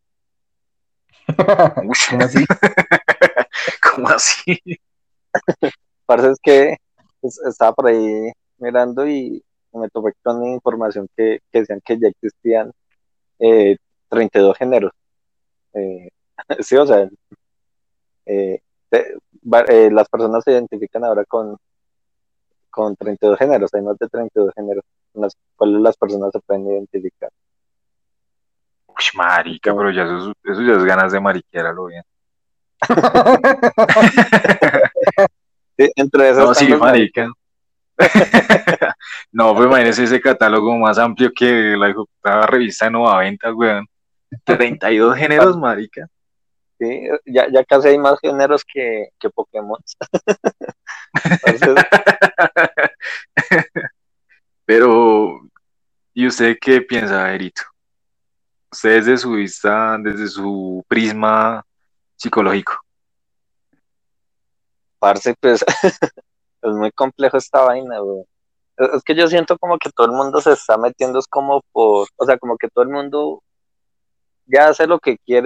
B: Uy,
C: ¿Cómo así?
B: ¿cómo así?
A: Parece es que estaba por ahí mirando y me topé con información que decían que ya existían eh, 32 géneros. Eh, sí, o sea, eh, las personas se identifican ahora con 32 géneros, hay más de 32 géneros con los cuales las personas se pueden identificar.
B: Uy, marica,
A: Entonces,
B: pero ya eso ya es ganas de mariquera, lo bien.
A: sí, entre esas
B: No,
A: están
B: sí,
A: los maricas.
B: marica. No, pues imagínese ese catálogo más amplio que la revista de Nueva Venta, weón. 32 géneros, marica.
A: Sí, ya casi hay más géneros que Pokémon. Entonces,
B: Pero, ¿y usted qué piensa, Erito? Usted desde su vista, desde su prisma psicológico.
A: parce, pues es muy complejo esta vaina, güey. Es que yo siento como que todo el mundo se está metiendo, es como o sea, como que todo el mundo ya hace lo que quiere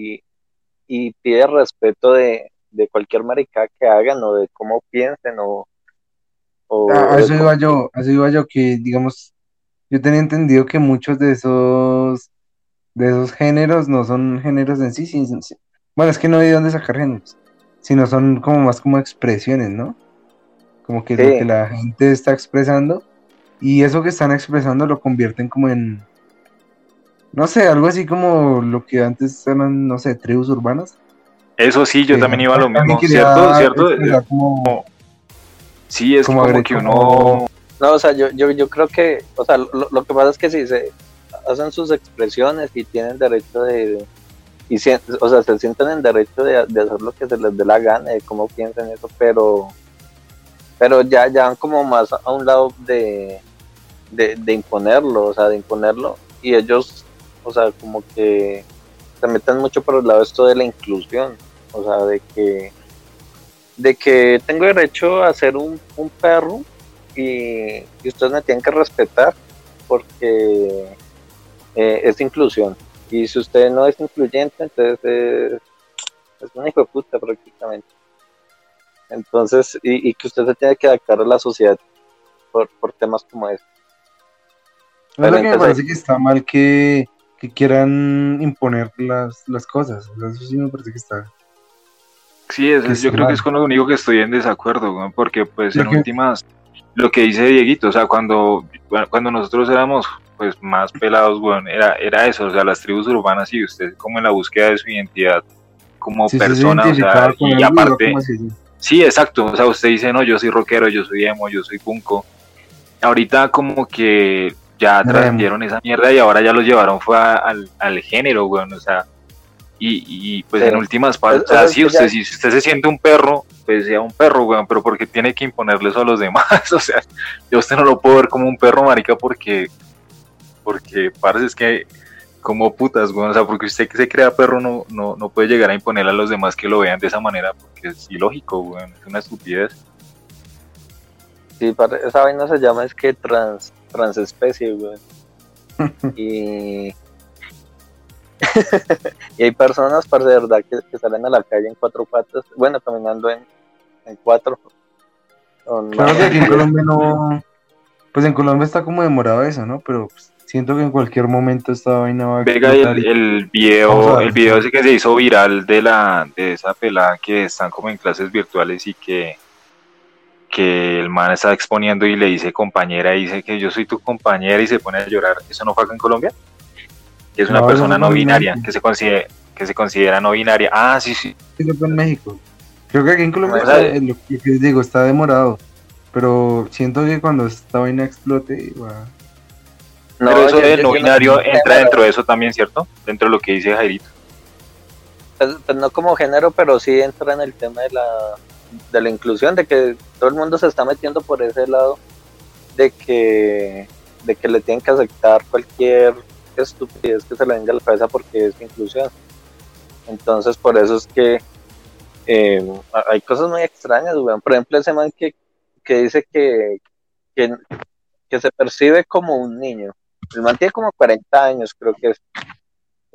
A: y pide respeto de cualquier maricada que hagan o de cómo piensen o
C: A
A: de cómo...
C: a eso iba yo, que digamos, yo tenía entendido que muchos de esos géneros no son géneros en sí, bueno, es que no hay de dónde sacar géneros, sino son como más como expresiones, ¿no? Como que lo que
A: Sí,
C: la gente está expresando y eso que están expresando lo convierten como en, no sé, algo así como lo que antes eran, no sé, tribus urbanas,
B: Eso sí, yo
C: que
B: también iba a lo
C: alguien
B: mismo, ¿cierto?
C: quería
B: ¿Cierto?
C: expresar como,
B: Sí, es que
C: como,
B: como que
C: como,
B: uno,
A: no, o sea, yo creo que, o sea, lo que pasa es que si se hacen sus expresiones y tienen derecho o sea, se sienten en derecho de hacer lo que se les dé la gana, de cómo piensan eso, pero ya van como más a un lado de imponerlo, o sea, de imponerlo, y ellos, o sea, como que se meten mucho por el lado esto de la inclusión, o sea, de que tengo derecho a ser un perro y ustedes me tienen que respetar porque es inclusión. Y si usted no es incluyente, entonces es un hijo de puta prácticamente. Entonces, y que usted se tiene que adaptar a la sociedad por temas como este.
C: no es
A: Pero
C: lo que me
A: entonces,
C: parece que está mal que quieran imponer las cosas, o sea, eso sí me parece
B: sí,
C: que
B: yo
C: está
B: creo que
C: mal.
B: es con lo único que estoy en desacuerdo, ¿no? Porque pues en
C: Porque,
B: últimas, lo que dice Dieguito, o sea, cuando nosotros éramos pues más pelados, bueno, era eso, o sea, las tribus urbanas y usted como en la búsqueda de su identidad como
C: si usted se
B: persona, o sea,
C: identificaba con
B: y
C: algo, iba como
B: aparte,
C: así.
B: sí, exacto, o sea, usted dice, no, yo soy rockero, yo soy emo, yo soy punco. Ahorita como que ya
C: Emo.
B: transmitieron esa mierda y ahora ya lo llevaron fue al género, weón, o sea, pues
A: sí,
B: en últimas
A: es,
B: partes, o
A: o
B: sea,
A: sea, es
B: sí,
A: que ya,
B: si usted se siente un perro, pues sea un perro, weón, pero porque tiene que imponerle eso a los demás, o sea, yo a usted no lo puedo ver como un perro, marica, porque parece es que como putas, weón, o sea, porque usted que se crea perro no puede llegar a imponerle a los demás que lo vean de esa manera, porque es ilógico, weón, es una estupidez.
A: sí, esa vaina se llama es que transespecie, güey. Y, y hay personas, para de verdad, que salen a la calle en cuatro patas, bueno, caminando en cuatro, con
C: Claro que
A: manos
C: aquí
A: y
C: en
A: pies.
C: Colombia no, pues en Colombia está como demorado eso, ¿no? Pero pues, siento que en cualquier momento esta vaina va a
B: Venga,
C: explotar y vamos a
B: el
C: darnos
B: video
C: cuenta.
B: ese que se hizo viral de esa pelada que están como en clases virtuales y que el man está exponiendo y le dice compañera, y dice que yo soy tu compañera y se pone a llorar. ¿Eso no fue acá en Colombia? Que es una
C: No, eso fue
B: persona no
C: en
B: binaria,
C: México.
B: que se considera no binaria. Ah, sí, sí.
C: Eso fue en México. Creo que aquí en Colombia
B: O
C: está,
B: sea,
C: lo que les digo, está demorado. Pero siento que cuando esta vaina explote,
B: pero
A: No,
B: eso del no
A: yo no
B: binario
A: como
B: entra dentro
A: género,
B: de eso también, ¿cierto? Dentro de lo que dice Jairito.
A: pues no como género, pero sí entra en el tema de la inclusión, de que todo el mundo se está metiendo por ese lado, de que, de que le tienen que aceptar cualquier estupidez que se le venga a la cabeza porque es inclusión. Entonces, por eso es que hay cosas muy extrañas, weón. Por ejemplo, ese man que dice que, que se percibe como un niño. El man tiene como 40 años, creo que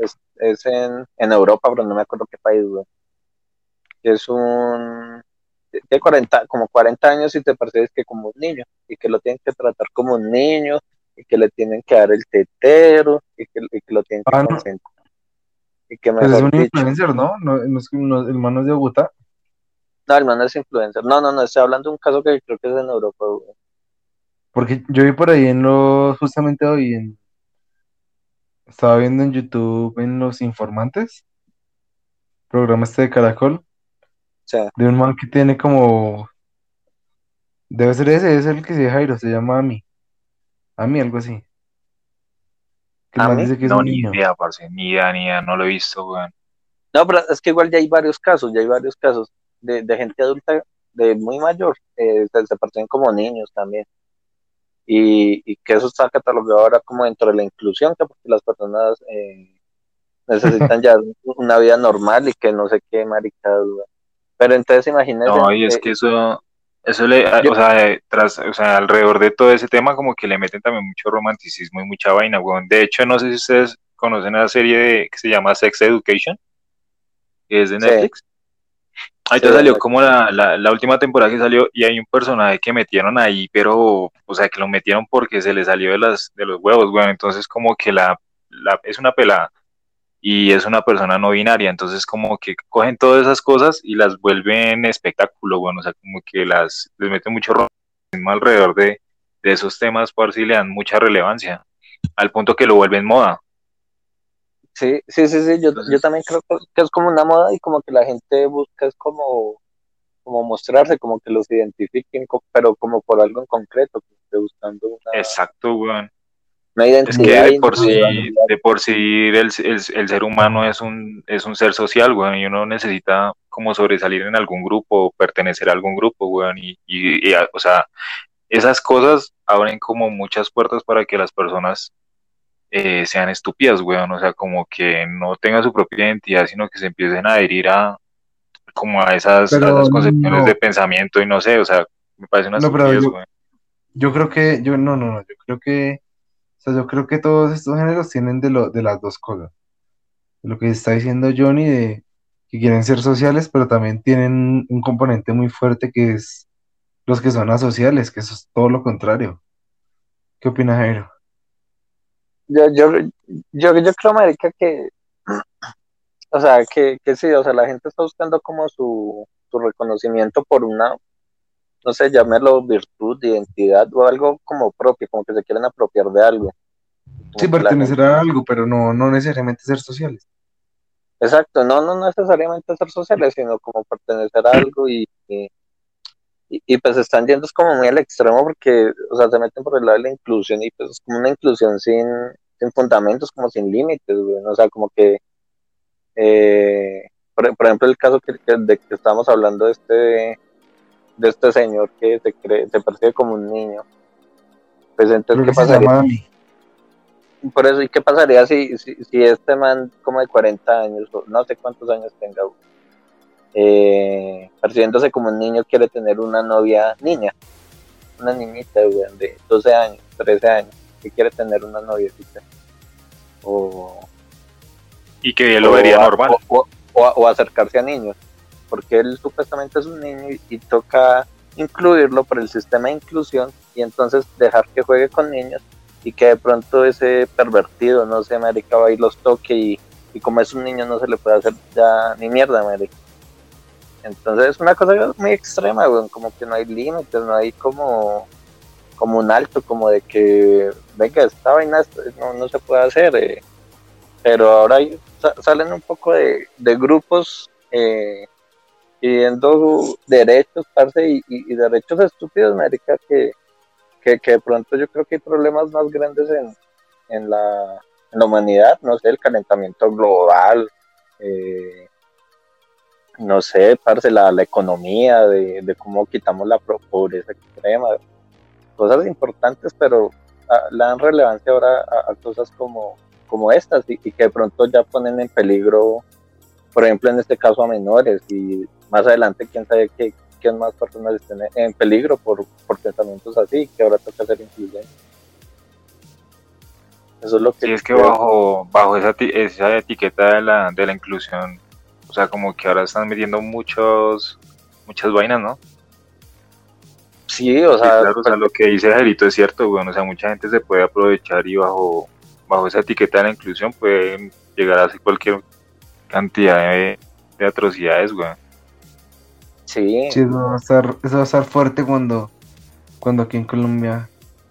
A: es en Europa, pero no me acuerdo qué país, weón. Es un, tiene 40, como 40 años y te percibes que como un niño, y que lo tienen que tratar como un niño, y que le tienen que dar el tetero, y que lo tienen que
C: No,
A: consentir, y que
C: pues es
A: mejor
C: un
A: dicho,
C: influencer, ¿no? El man no es de Bogotá.
A: no, el man no es influencer, no, estoy hablando de un caso que creo que es en Europa, güey.
C: Porque yo vi por ahí justamente hoy, estaba viendo en YouTube en Los Informantes, programa este de Caracol,
A: O sea,
C: de un man que tiene como, debe ser ese, es el que se llama Jairo, se llama Ami, algo así. Que el
A: a
C: man
A: mí,
C: dice que es
B: No,
C: un
B: ni
C: niño.
B: idea, parce, ni idea, no lo he visto, weón.
A: no, pero es que igual ya hay varios casos de gente adulta, de muy mayor, se perciben como niños también. Y que eso está catalogado ahora como dentro de la inclusión, que porque las personas necesitan ya una vida normal y que no sé qué maricada. Pero entonces imagínense,
B: No, y es que eso le,
A: yo,
B: o sea, o sea, alrededor de todo ese tema como que le meten también mucho romanticismo y mucha vaina, weón. De hecho, no sé si ustedes conocen la serie que se llama Sex Education, que es de
A: sí,
B: Netflix.
A: sí,
B: Ahorita salió como la última temporada que salió y hay un personaje que metieron ahí, pero, o sea, que lo metieron porque se le salió de los huevos, weón. Entonces como que es una pelada y es una persona no binaria, entonces como que cogen todas esas cosas y las vuelven espectáculo, bueno, o sea, como que les meten mucho romanticismo alrededor de esos temas, por si le dan mucha relevancia, al punto que lo vuelven moda.
A: sí, yo
B: Entonces,
A: también creo que es como una moda y como que la gente busca es como mostrarse, como que los identifiquen, pero como por algo en concreto, como que buscando
B: exacto, weón.
A: una
B: Es que
A: identidad
C: Como,
A: individual.
B: de por sí el ser humano es un ser social, weón, y uno necesita como sobresalir en algún grupo, pertenecer a algún grupo, weón, o sea, esas cosas abren como muchas puertas para que las personas sean estúpidas, weón, o sea, como que no tengan su propia identidad, sino que se empiecen a adherir como a
C: pero
B: esas concepciones de
C: no,
B: pensamiento y no sé, o sea, me parece una
C: no, pero
B: estupidez, weón.
C: yo creo que, no, yo creo que, o sea, yo creo que todos estos géneros tienen de las dos cosas. Lo que está diciendo Johnny de que quieren ser sociales, pero también tienen un componente muy fuerte que es los que son asociales, que eso es todo lo contrario. ¿Qué opinas, Jairo?
A: Yo, yo, yo creo, marica, que, o sea, que sí, o sea, la gente está buscando como su reconocimiento por una, no sé, llámelo virtud, identidad o algo como propio, como que se quieren apropiar de algo,
C: Sí,
A: como que la gente,
C: pertenecer a algo, pero no necesariamente ser sociales.
A: exacto, no necesariamente ser sociales, sino como pertenecer a algo y pues están yendo es como muy al extremo porque, o sea, se meten por el lado de la inclusión y pues es como una inclusión sin fundamentos, como sin límites, güey, ¿no? O sea, como que por ejemplo, el caso de que estábamos hablando de este señor que se percibe como un niño. Pues entonces,
C: Creo
A: ¿qué
C: que se
A: pasaría?
C: llama Ami.
A: Por eso, ¿y qué pasaría si este man como de 40 años, o no sé cuántos años tenga, percibiéndose como un niño, quiere tener una novia niña, una niñita, güey, de 12 años, 13 años, que quiere tener una noviecita? O,
B: Y que él lo
A: o,
B: vería
A: a-
B: normal.
A: o acercarse a niños, porque él supuestamente es un niño y toca incluirlo por el sistema de inclusión y entonces dejar que juegue con niños y que de pronto ese pervertido, no sé, marica, va y los toque y como es un niño no se le puede hacer ya ni mierda, marica. Entonces es una cosa muy extrema, güey, como que no hay límites, no hay como un alto, como de que, venga, esta vaina no se puede hacer, pero ahora salen un poco de grupos pidiendo derechos, parce, y derechos estúpidos, marica, que de pronto yo creo que hay problemas más grandes en la humanidad, no sé, el calentamiento global, eh, no sé, parce, la economía, de cómo quitamos la pobreza extrema, cosas importantes, pero le dan relevancia ahora a cosas como estas y que de pronto ya ponen en peligro, por ejemplo, en este caso a menores y más adelante quién sabe qué más personas estén en peligro por pensamientos así, que ahora toca ser incluyente. Eso es lo que
B: Sí, es que
A: creo.
B: bajo esa etiqueta de la inclusión, o sea, como que ahora están metiendo muchos, muchas vainas, ¿no?
A: Sí, o
B: Sí,
A: sea,
B: claro, o sea, lo que dice Jairito es cierto, weón, o sea, mucha gente se puede aprovechar y bajo esa etiqueta de la inclusión pueden llegar a hacer cualquier cantidad de atrocidades, weón.
C: Sí,
A: sí,
C: eso va a estar fuerte cuando aquí en Colombia.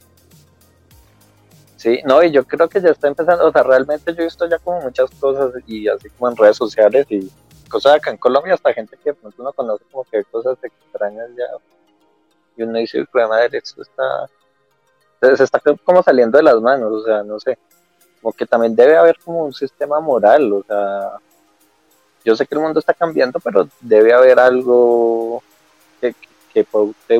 A: sí, no, y yo creo que ya está empezando, o sea, realmente yo he visto ya como muchas cosas y así como en redes sociales y cosas acá en Colombia, hasta gente que de pronto uno conoce como que hay cosas extrañas ya, y uno dice, "Jue madre, esto está, se está como saliendo de las manos, o sea, no sé, como que también debe haber como un sistema moral, o sea, yo sé que el mundo está cambiando, pero debe haber algo que paute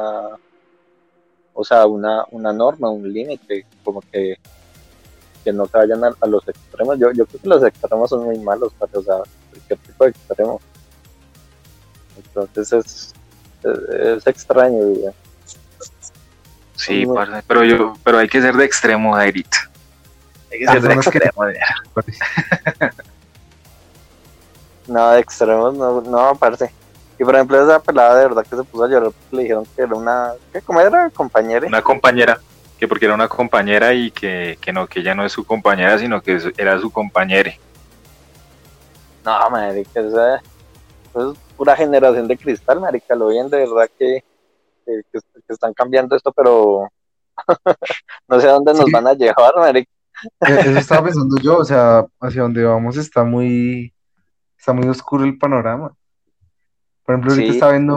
A: o sea, una norma, un límite, como que no se vayan a los extremos. Yo creo que los extremos son muy malos para, o sea, cualquier tipo de extremo. Entonces es extraño, digo.
B: Sí, parce, pero hay que ser de extremo, Jairito. Hay que ser de
C: Personas que
B: extremo, ya.
A: No, de extremos, no, no, aparte. Y por ejemplo, esa pelada de verdad que se puso a llorar porque le dijeron que era una, ¿qué? ¿Cómo era? Compañera.
B: Una compañera, que porque era una compañera y que no, que ella no es su compañera, sino que era su compañere.
A: No, marica, esa es pura generación de cristal, marica. Lo bien, de verdad que están cambiando esto, pero no sé a dónde
C: sí,
A: nos van a llevar, marica.
C: eso estaba pensando yo, o sea, hacia donde vamos está muy oscuro el panorama. Por ejemplo, ahorita
A: Sí,
C: estaba viendo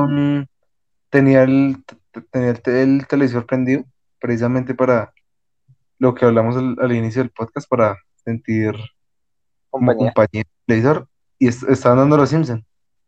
C: tenía el televisor prendido, precisamente para lo que hablamos al inicio del podcast, para sentir como
A: compañía.
C: compañía del televisor, y estaban dando Los Simpson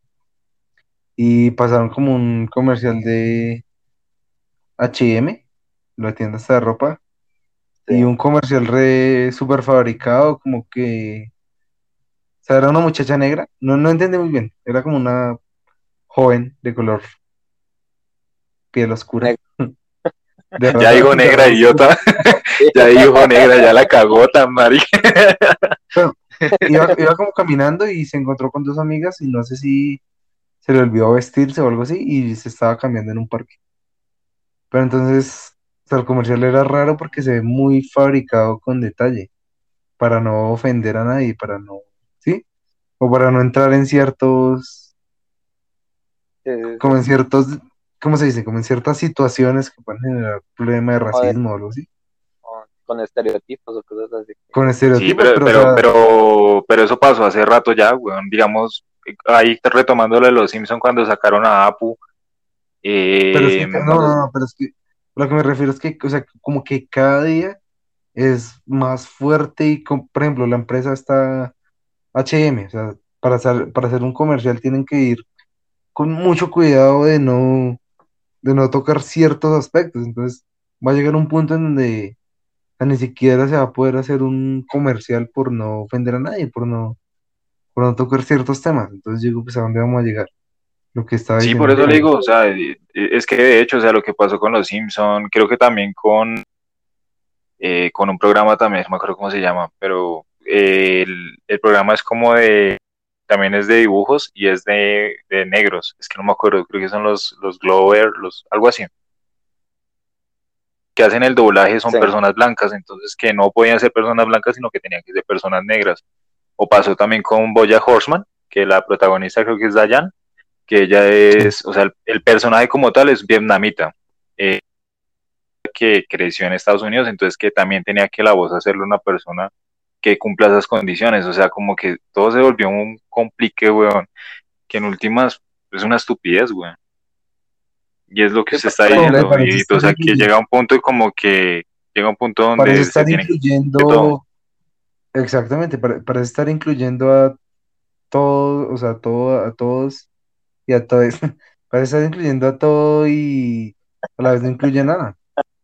C: y pasaron como un comercial de H&M, la tienda esta de ropa,
A: Sí.
C: y un comercial re super fabricado, como que, o sea, era una muchacha negra, no entendí muy bien, era como una joven de color piel oscura,
B: Ya dijo
C: de
B: negra,
C: raza oscura.
B: idiota. Ya dijo negra, ya la cagó tan marica.
C: Bueno, iba como caminando y se encontró con dos amigas y no sé si se le olvidó vestirse o algo así y se estaba cambiando en un parque. Pero entonces, o sea, el comercial era raro porque se ve muy fabricado con detalle, para no ofender a nadie, para no, ¿sí? O para no entrar en
A: Sí, sí, sí.
C: como en ciertos, ¿cómo se dice? Como en ciertas situaciones que pueden generar problema de
A: O
C: racismo o algo así.
A: con estereotipos o cosas así.
C: Con
B: Sí,
C: estereotipos, pero o sea,
B: pero eso pasó hace rato ya, weón. Digamos, ahí retomándolo de los Simpson cuando sacaron a Apu,
C: pero es que, no,
B: cuando
C: no, no, pero es que lo que me refiero es que, o sea, como que cada día es más fuerte y, por ejemplo, la empresa está H&M, o sea, para hacer un comercial tienen que ir con mucho cuidado de no tocar ciertos aspectos, entonces va a llegar un punto en donde ni siquiera se va a poder hacer un comercial por no ofender a nadie, por no tocar ciertos temas, entonces yo digo, pues a dónde vamos a llegar, lo que estaba
B: sí, por
C: diciendo
B: eso le
C: Jairo.
B: digo, o sea, es que de hecho, o sea, lo que pasó con los Simpson, creo que también con un programa también, no me acuerdo cómo se llama, pero el programa es como también es de dibujos y es de negros, es que no me acuerdo, creo que son los Glover, algo así, que hacen el doblaje son
A: Sí,
B: personas blancas, entonces que no podían ser personas blancas, sino que tenían que ser personas negras. O pasó también con BoJack Horseman, que la protagonista creo que es Dayan, que ella
C: Sí,
B: es, o sea, el personaje como tal es vietnamita, eh, que creció en Estados Unidos, entonces que también tenía que la voz hacerle una persona que cumpla esas condiciones, o sea, como que todo se volvió un complique, weón, que en últimas es una estupidez, weón. Y es lo que
A: sí,
B: usted está
A: por
C: no,
A: ejemplo,
C: me
B: diciendo,
C: parece
B: y o
C: estar
B: sea, que
C: incluyendo,
B: llega un punto como que llega un punto
C: parece
B: donde se
C: estar
B: tiene que todo.
C: incluyendo, exactamente, parece estar incluyendo a todos, o sea, a todos y a todos, parece estar incluyendo a todo y a la vez no incluye nada.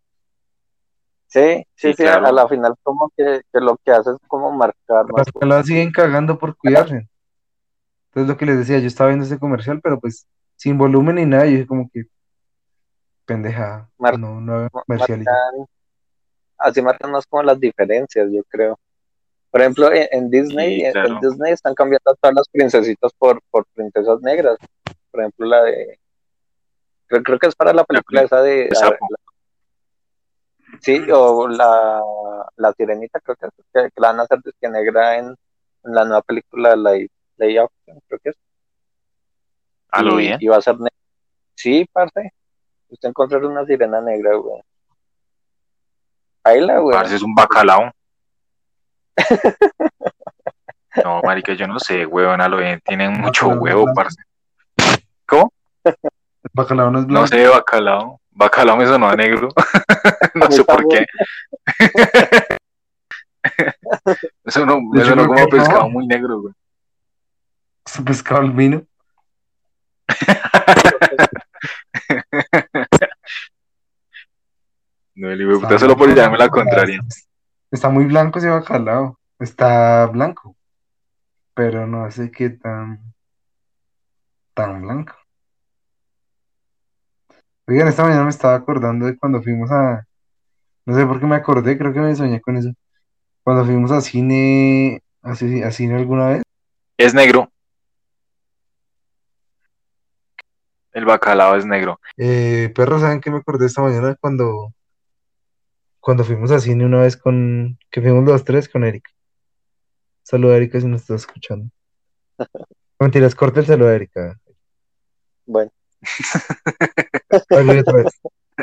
A: sí, sí,
B: Sí,
A: sí, a
B: claro.
A: la final como que lo que hace es como marcar
C: Las
A: más.
C: peladas siguen cagando por cuidarse. Entonces lo que les decía, yo estaba viendo ese comercial, pero pues sin volumen ni nada, y dije como que pendejada,
A: Mar-
C: no hagan comercial y ya.
A: marcan, así marcan más como las diferencias, yo creo. Por ejemplo, en Disney,
B: Sí,
A: en
B: claro.
A: Disney están cambiando a todas las princesitas por princesas negras. Por ejemplo, la de... Creo que es para la
B: La
A: película
B: película
A: esa de...
B: de Sapo.
A: Sí, o la Sirenita, creo que la van a hacer de negra en la nueva película, Lay Action, creo que es.
B: A lo bien.
A: Y va a ser negra. Sí, parce. Usted encontrar una sirena negra, güey. Ahí la, güey.
B: Parce, es un bacalao. No, marica, yo no sé, weón, a lo bien. Tienen mucho
C: Bacalao no es
B: huevo,
C: blanco.
B: parce. ¿Cómo?
C: El bacalao no es
B: No
C: blanco.
B: sé, bacalao. Bacalao me sonó a negro.
A: A
B: No
A: mí
B: sé por
A: también.
B: qué. Eso no,
C: De
B: me
C: hecho,
B: sonó
C: creo que
B: como pescado
C: no.
B: muy negro, güey.
C: Es pescado al vino.
B: No, el hijo de
C: Está
B: puta, solo por
C: blanco.
B: llevarme la contraria.
C: Está muy blanco ese bacalao. Está blanco, pero no sé qué tan blanco. Oigan, esta mañana me estaba acordando de cuando fuimos a, no sé por qué me acordé, creo que me soñé con eso. Cuando fuimos a cine, a cine alguna vez.
B: Es negro. El bacalao es negro.
C: Perros, ¿saben qué me acordé esta mañana cuando fuimos a cine una vez que fuimos los tres con Erika? Saluda a Erika si nos estás escuchando. No, mentiras, corta el saludo a Erika.
A: Bueno,
C: Dale otra vez.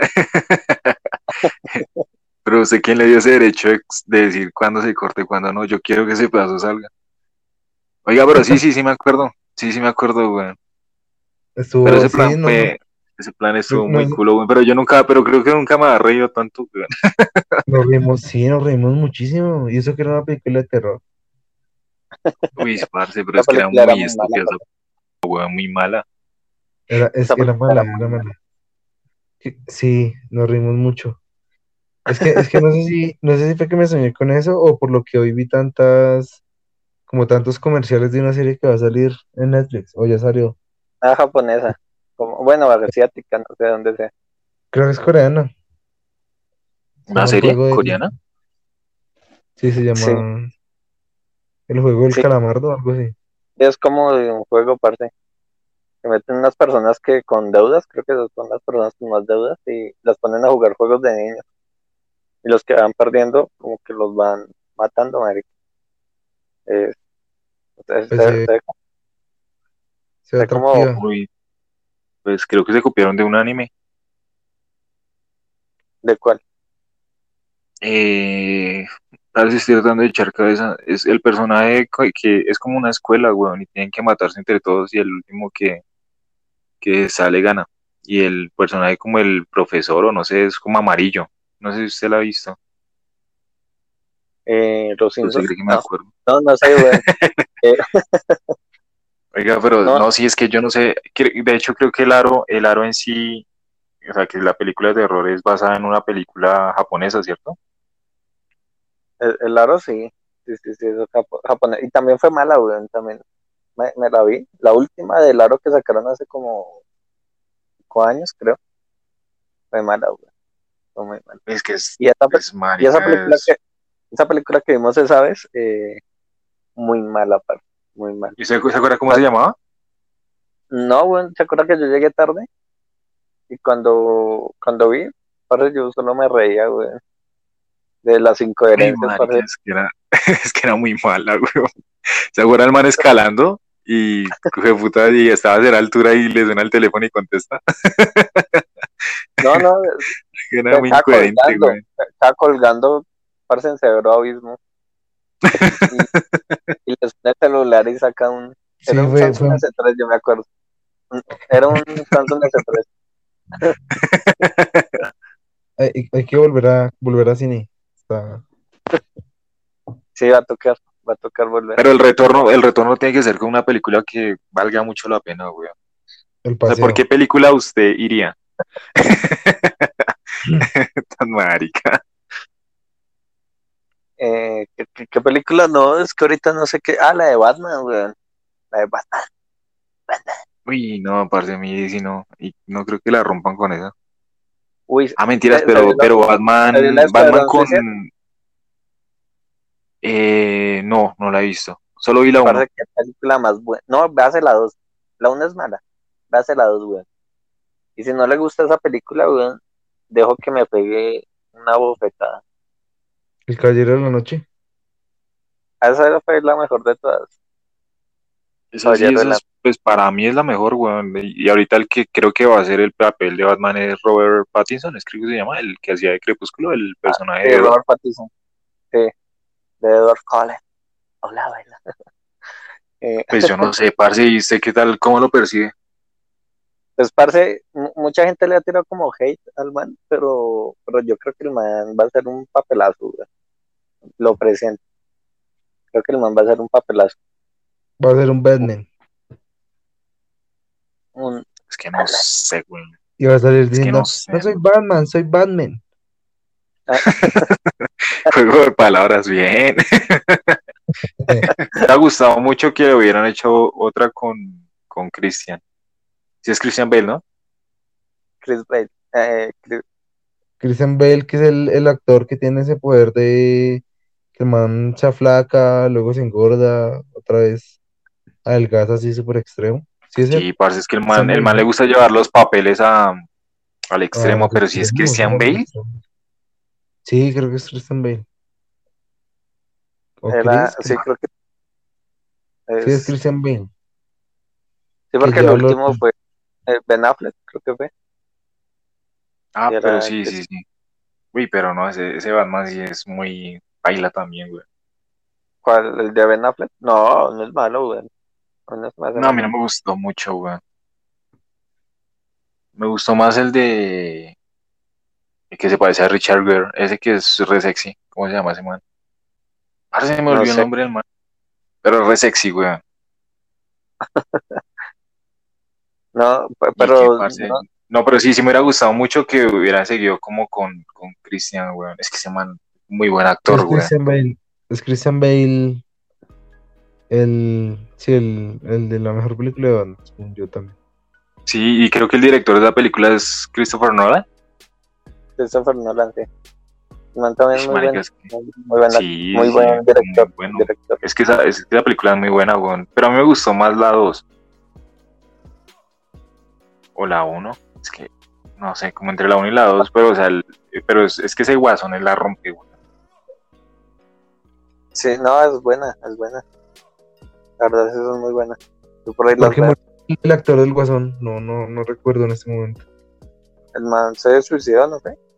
B: Pero usted, ¿quién le dio ese derecho de decir cuándo se corte y cuándo no? Yo quiero que ese pedazo salga. Oiga, pero sí, sí, sí me acuerdo. Sí, sí me acuerdo, güey. Pero
C: Estuvo, sí, no, no,
B: ese plan estuvo muy
C: no,
B: culo, güey. Pero creo que nunca me ha reído tanto, güey.
C: nos reímos, sí, nos reímos muchísimo. Y eso que era una película de terror.
B: Uy, parce, pero
A: la
B: es que era
A: película era
B: muy
A: muy mala,
B: estúpida esa güey, muy mala.
C: Es
A: esa
C: que era
A: película
C: mala,
A: era muy
C: era
A: mala.
C: mala. Sí, nos reímos mucho. Es que no sé si fue que me soñé con eso o por lo que hoy vi como tantos comerciales de una serie que va a salir en Netflix, o ya salió.
A: Una japonesa, como, bueno, asiática, no sé de dónde sea.
C: Creo que es coreana. Se
B: ¿Una
C: llama el
B: serie
C: juego
B: coreana?
C: sí, se
A: Sí,
C: llama el juego del
A: sí,
C: calamardo o algo así.
A: es como de un juego aparte, que meten unas personas que con deudas, creo que son las personas con más deudas, y las ponen a jugar juegos de niños. Y los que van perdiendo, como que los van matando, marica. Eh,
C: Pues se ve
A: se como,
C: atractiva.
B: Uy, pues creo que se copiaron de un anime.
A: ¿de cuál?
B: Eh, a ver si estoy tratando de echar cabeza. Es el personaje que es como una escuela, weón, y tienen que matarse entre todos y el último que sale gana. Y el personaje como el profesor, o no sé, es como amarillo. No sé si usted lo ha visto.
A: Los
B: Pero sí
A: Simpsons.
B: creo que me
A: No,
B: acuerdo.
A: no, no sé, güey. Eh,
B: Oiga, pero
A: no,
B: no, sí, es que yo no sé. De hecho, creo que el aro en sí, o sea, que la película de terror es basada en una película japonesa, ¿cierto?
A: el aro sí. Sí, sí, sí, eso es japonés. Y también fue mala, güey. También me la vi. La última del aro que sacaron hace como 5 años, creo. Fue mala, güey. Fue muy mala.
B: Es que es,
A: Y esa, pe-
B: es
A: y
B: marica, es...
A: esa película que vimos esa vez, muy mala, parce. Muy mala.
B: ¿Y se acuerda cómo se llamaba?
A: No, güey, ¿se acuerda que yo llegué tarde? Y cuando vi, parce, yo solo me reía, güey. De las
B: Ay,
A: incoherencias,
B: marica,
A: parce.
B: es que era muy mala, güey. ¿Se acuerda el man escalando? Y coge puta y estaba a la altura y le suena el teléfono y contesta.
A: No, no,
B: Era muy incoherente, güey.
A: estaba colgando, parce, en severo abismo. Y, y le suena el celular y saca era
C: Sí,
A: un Samsung S3, yo me acuerdo. Era un Samsung S3.
C: hay que volver a cine. Está
A: Sí, va a tocar volver.
B: Pero el retorno tiene que ser con una película que valga mucho la pena, güey. O
C: el
B: sea, ¿por qué
C: paseo.
B: película usted iría? Tan marica.
A: ¿Qué película? No, es que ahorita no sé qué. Ah, la de Batman, weón. La de Batman.
B: Uy, no, parce, a mí sí no. Y no creo que la rompan con esa.
A: Uy,
B: Ah, mentiras,
A: se vio
B: pero
A: se vio la de
B: Batman
A: Escuadrón
B: con...
A: Suicida.
B: No, no la he visto. Solo vi la uno.
A: Parece que película más buena. No, véase la dos. La una es mala. véase la 2, weón. Y si no le gusta esa película, weón, dejo que me pegue una bofetada.
C: El Caballero de la Noche.
A: Esa fue la mejor de todas.
B: Esa sí,
A: Caballero de
B: esa
A: la...
B: es, pues para mí es la mejor, weón. Y ahorita el que creo que va a hacer el papel de Batman es Robert Pattinson, es creo que se llama, el que hacía de Crepúsculo, el personaje
A: Sí,
B: de Edward.
A: Robert Pattinson. Sí, de Edward Cullen. Hola, baila.
B: Pues yo no sé, parce, ¿y usted qué tal, cómo lo percibe?
A: Pues, parce, mucha gente le ha tirado como hate al man, pero yo creo que el man va a ser un papelazo, weón. Lo presento. Creo que el man va a ser un papelazo.
C: Va a ser un Batman.
A: Un...
B: Es que no sé, weón.
C: Y va a salir
B: Es que no
C: diciendo,
B: sé.
C: no soy Batman, soy Batman.
B: Juego de palabras, bien. Me ha gustado mucho que hubieran hecho otra con Christian. Sí es Christian Bale, ¿no?
A: Chris Bale.
C: Christian Bale, que es el actor que tiene ese poder de que el man se aflaca, luego se engorda, otra vez adelgaza así súper extremo. Sí, es el
B: Sí, parce, es que
C: Christian
B: el
C: Bale,
B: man le
C: ¿no?
B: gusta llevar los papeles al
C: A
B: extremo,
C: los
B: pero si es
C: extremos,
B: Christian
C: ¿no?
B: Bale,
C: Sí, creo que es Christian Bale. ¿O
A: Era,
C: Chris?
A: sí, creo que
C: Sí, es
A: es.
C: Christian Bale,
A: Sí,
C: que
A: porque el
C: lleva los...
A: último fue Ben Affleck, creo que fue. Y
B: pero
A: era
B: sí, sí, sí. Uy, pero no, ese Batman sí es muy baila también, güey.
A: ¿Cuál? ¿El de Ben Affleck? No, no es malo, güey. No es más
B: No, a mí no
A: malo.
B: me gustó mucho, güey. Me gustó más el que se parece a Richard Gere, ese que es re sexy. ¿Cómo se llama ese man? Ahora se me
A: No
B: olvidó el
A: sé.
B: nombre del man, pero es re sexy, güey.
A: No,
B: Y que,
A: pero
B: parce,
A: no,
B: no, pero sí, sí me hubiera gustado mucho que hubiera seguido como con Christian, güey. Es que ese man, muy buen actor,
C: Es
B: güey.
C: Christian Bale, es Christian Bale, sí, el de la mejor película de Batman, según yo también.
B: Sí, y creo que el director de la película es Christopher Nolan.
A: Christopher Nolan, sí. No, también
B: Ish,
A: muy
B: marica,
A: buen,
B: es que sí,
A: muy
B: sí,
A: buen
B: muy
A: director,
B: bueno.
A: director.
B: Es que la película es muy buena, güey. Pero a mí me gustó más la 2 o la uno. Es que, no sé, como entre la uno y la 2, pero, o sea, pero es que ese guasón él la rompe, güey.
A: Sí, no, es buena, es buena. La verdad, eso es muy buena. Tú por ahí las
C: Porque
A: ves.
C: murió el actor del Guasón, no recuerdo en este momento.
A: El man se suicidó, ¿no fue?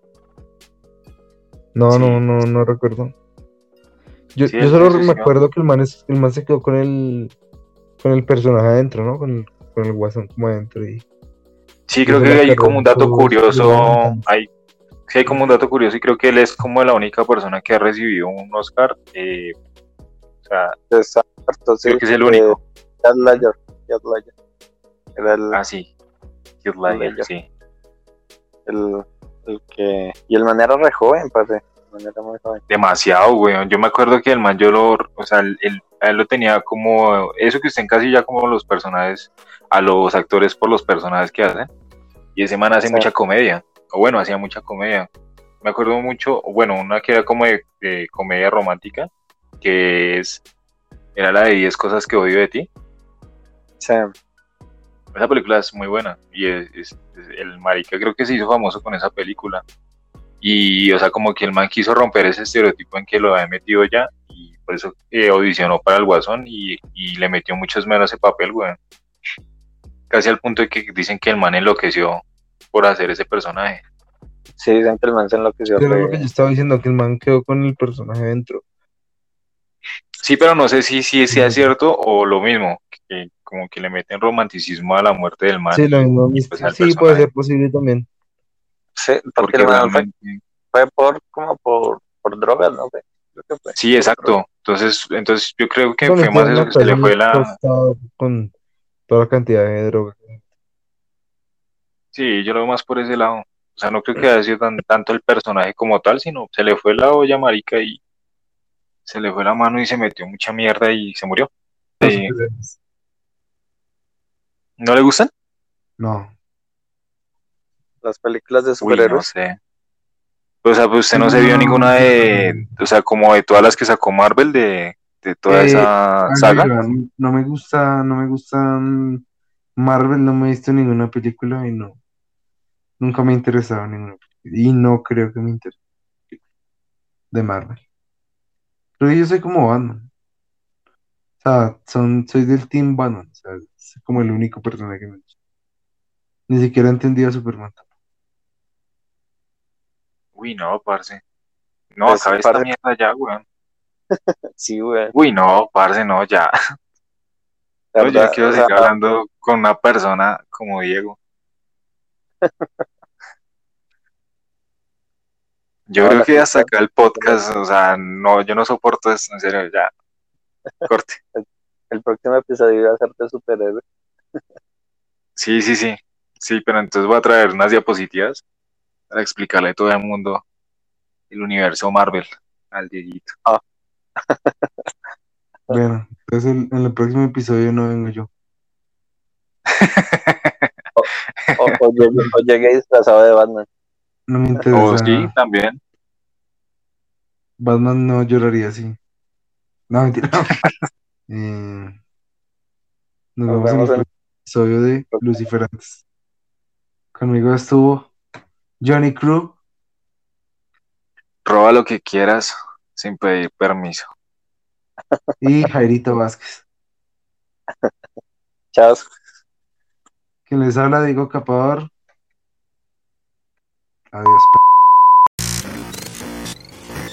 B: Sí,
C: No recuerdo.
B: sí,
C: Yo
B: él
C: solo
B: se
C: me
B: suicidó.
C: acuerdo que el man se quedó con el personaje adentro, ¿no? Con el Guasón como adentro
B: Sí,
C: y
B: creo
C: hizo
B: que
C: la
B: hay
C: carrera
B: como un
C: en
B: dato
C: Ciudad de
B: curioso,
C: Ventanas.
B: sí hay como un dato curioso y creo que él es como la única persona que ha recibido un Oscar, o sea,
A: Exacto, sí.
B: creo que es el único.
A: Heath Ledger, Heath Ledger. Era
B: Ah, sí, Heath
A: el
B: Ledger,
A: Ledger.
B: sí.
A: El, el que... Y el man era re joven, parce. El man era muy joven.
B: Demasiado, weón. Yo me acuerdo que el man, o sea, a él lo tenía como, eso que usted encasilla como los personajes, a los actores por los personajes que hacen. Y ese man hace
A: Sí,
B: mucha comedia, o bueno, hacía mucha comedia. Me acuerdo mucho, bueno, una que era como de comedia romántica, que era la de 10 cosas que odio de ti.
A: sí.
B: Esa película es muy buena y el marica creo que se hizo famoso con esa película. Y, o sea, como que el man quiso romper ese estereotipo en que lo había metido ya y por eso audicionó para el Guasón y le metió mucho esmero a ese papel, güey. Casi al punto de que dicen que el man enloqueció por hacer ese personaje.
A: Sí, dicen que el man se enloqueció.
C: Era lo que yo estaba diciendo, que el man quedó con el personaje adentro.
B: Sí, pero no sé si sea cierto o lo mismo, que como que le meten romanticismo a la muerte del man
C: Sí, lo mismo.
B: y pues al
C: Sí, puede
B: personaje,
C: ser posible también.
A: Sí, porque el
B: porque
A: man fue,
B: realmente...
A: como por drogas, ¿no? Creo que fue
B: Sí,
A: por drogas.
B: exacto. Entonces yo creo que
C: Bueno,
B: fue
C: es que
B: más
C: en
B: eso
C: la
B: que se le
C: cárcel
B: fue
C: todo
B: la...
C: estaba con toda la cantidad de droga.
B: Sí, yo lo veo más por ese lado. O sea, no creo que haya sido tanto el personaje como tal, sino se le fue la olla, marica, y se le fue la mano y se metió mucha mierda y se murió.
C: Los
B: Sí.
C: superhéroes.
B: ¿No le gustan?
C: No.
A: Las películas de
B: Uy, no
A: superhéroes.
B: sé. O sea, pues usted no se vio
C: No,
B: ninguna o sea, como de todas las que sacó Marvel, de toda esa
C: ahí
B: saga.
C: va, no me gusta, no me gustan Marvel no me he visto ninguna película y no, nunca me ha interesado ninguna película. Y no creo que me interese de Marvel. Pero yo soy como Batman. O sea, soy del Team Batman. O sea, es como el único personaje que me gusta. Ni siquiera he entendido a Superman.
B: Uy, no, parce. No,
A: Pues,
B: acabe esta
A: parce,
B: mierda ya, weón.
A: sí, güey,
B: Uy, no, parce, no, ya.
A: la
B: No, yo no
A: verdad,
B: quiero
A: o sea,
B: seguir hablando con una persona como Diego. Yo
A: no,
B: creo
A: la
B: que hasta
A: culpa
B: acá el podcast, o sea, no, yo no soporto esto, en serio, ya, corte.
A: el próximo episodio va a ser de superhéroe.
B: Sí, sí, sí, sí, pero entonces voy a traer unas diapositivas para explicarle a todo el mundo el universo Marvel al Dieguito.
A: Ah,
C: Bueno, entonces en el próximo episodio no vengo yo.
A: o, o llegué disfrazado de Batman.
C: No me
B: O sí,
C: interesa.
B: también.
C: Batman no lloraría así. No, mentira. Eh, nos
A: Nos
C: vemos en el
A: vemos en
C: próximo episodio de
A: el
C: Lucifer antes. Conmigo estuvo Johnny Crew
B: Roba lo que quieras sin pedir permiso.
C: y Jairito Vázquez.
A: chao.
C: Quien les habla, Diego Capador. Adiós.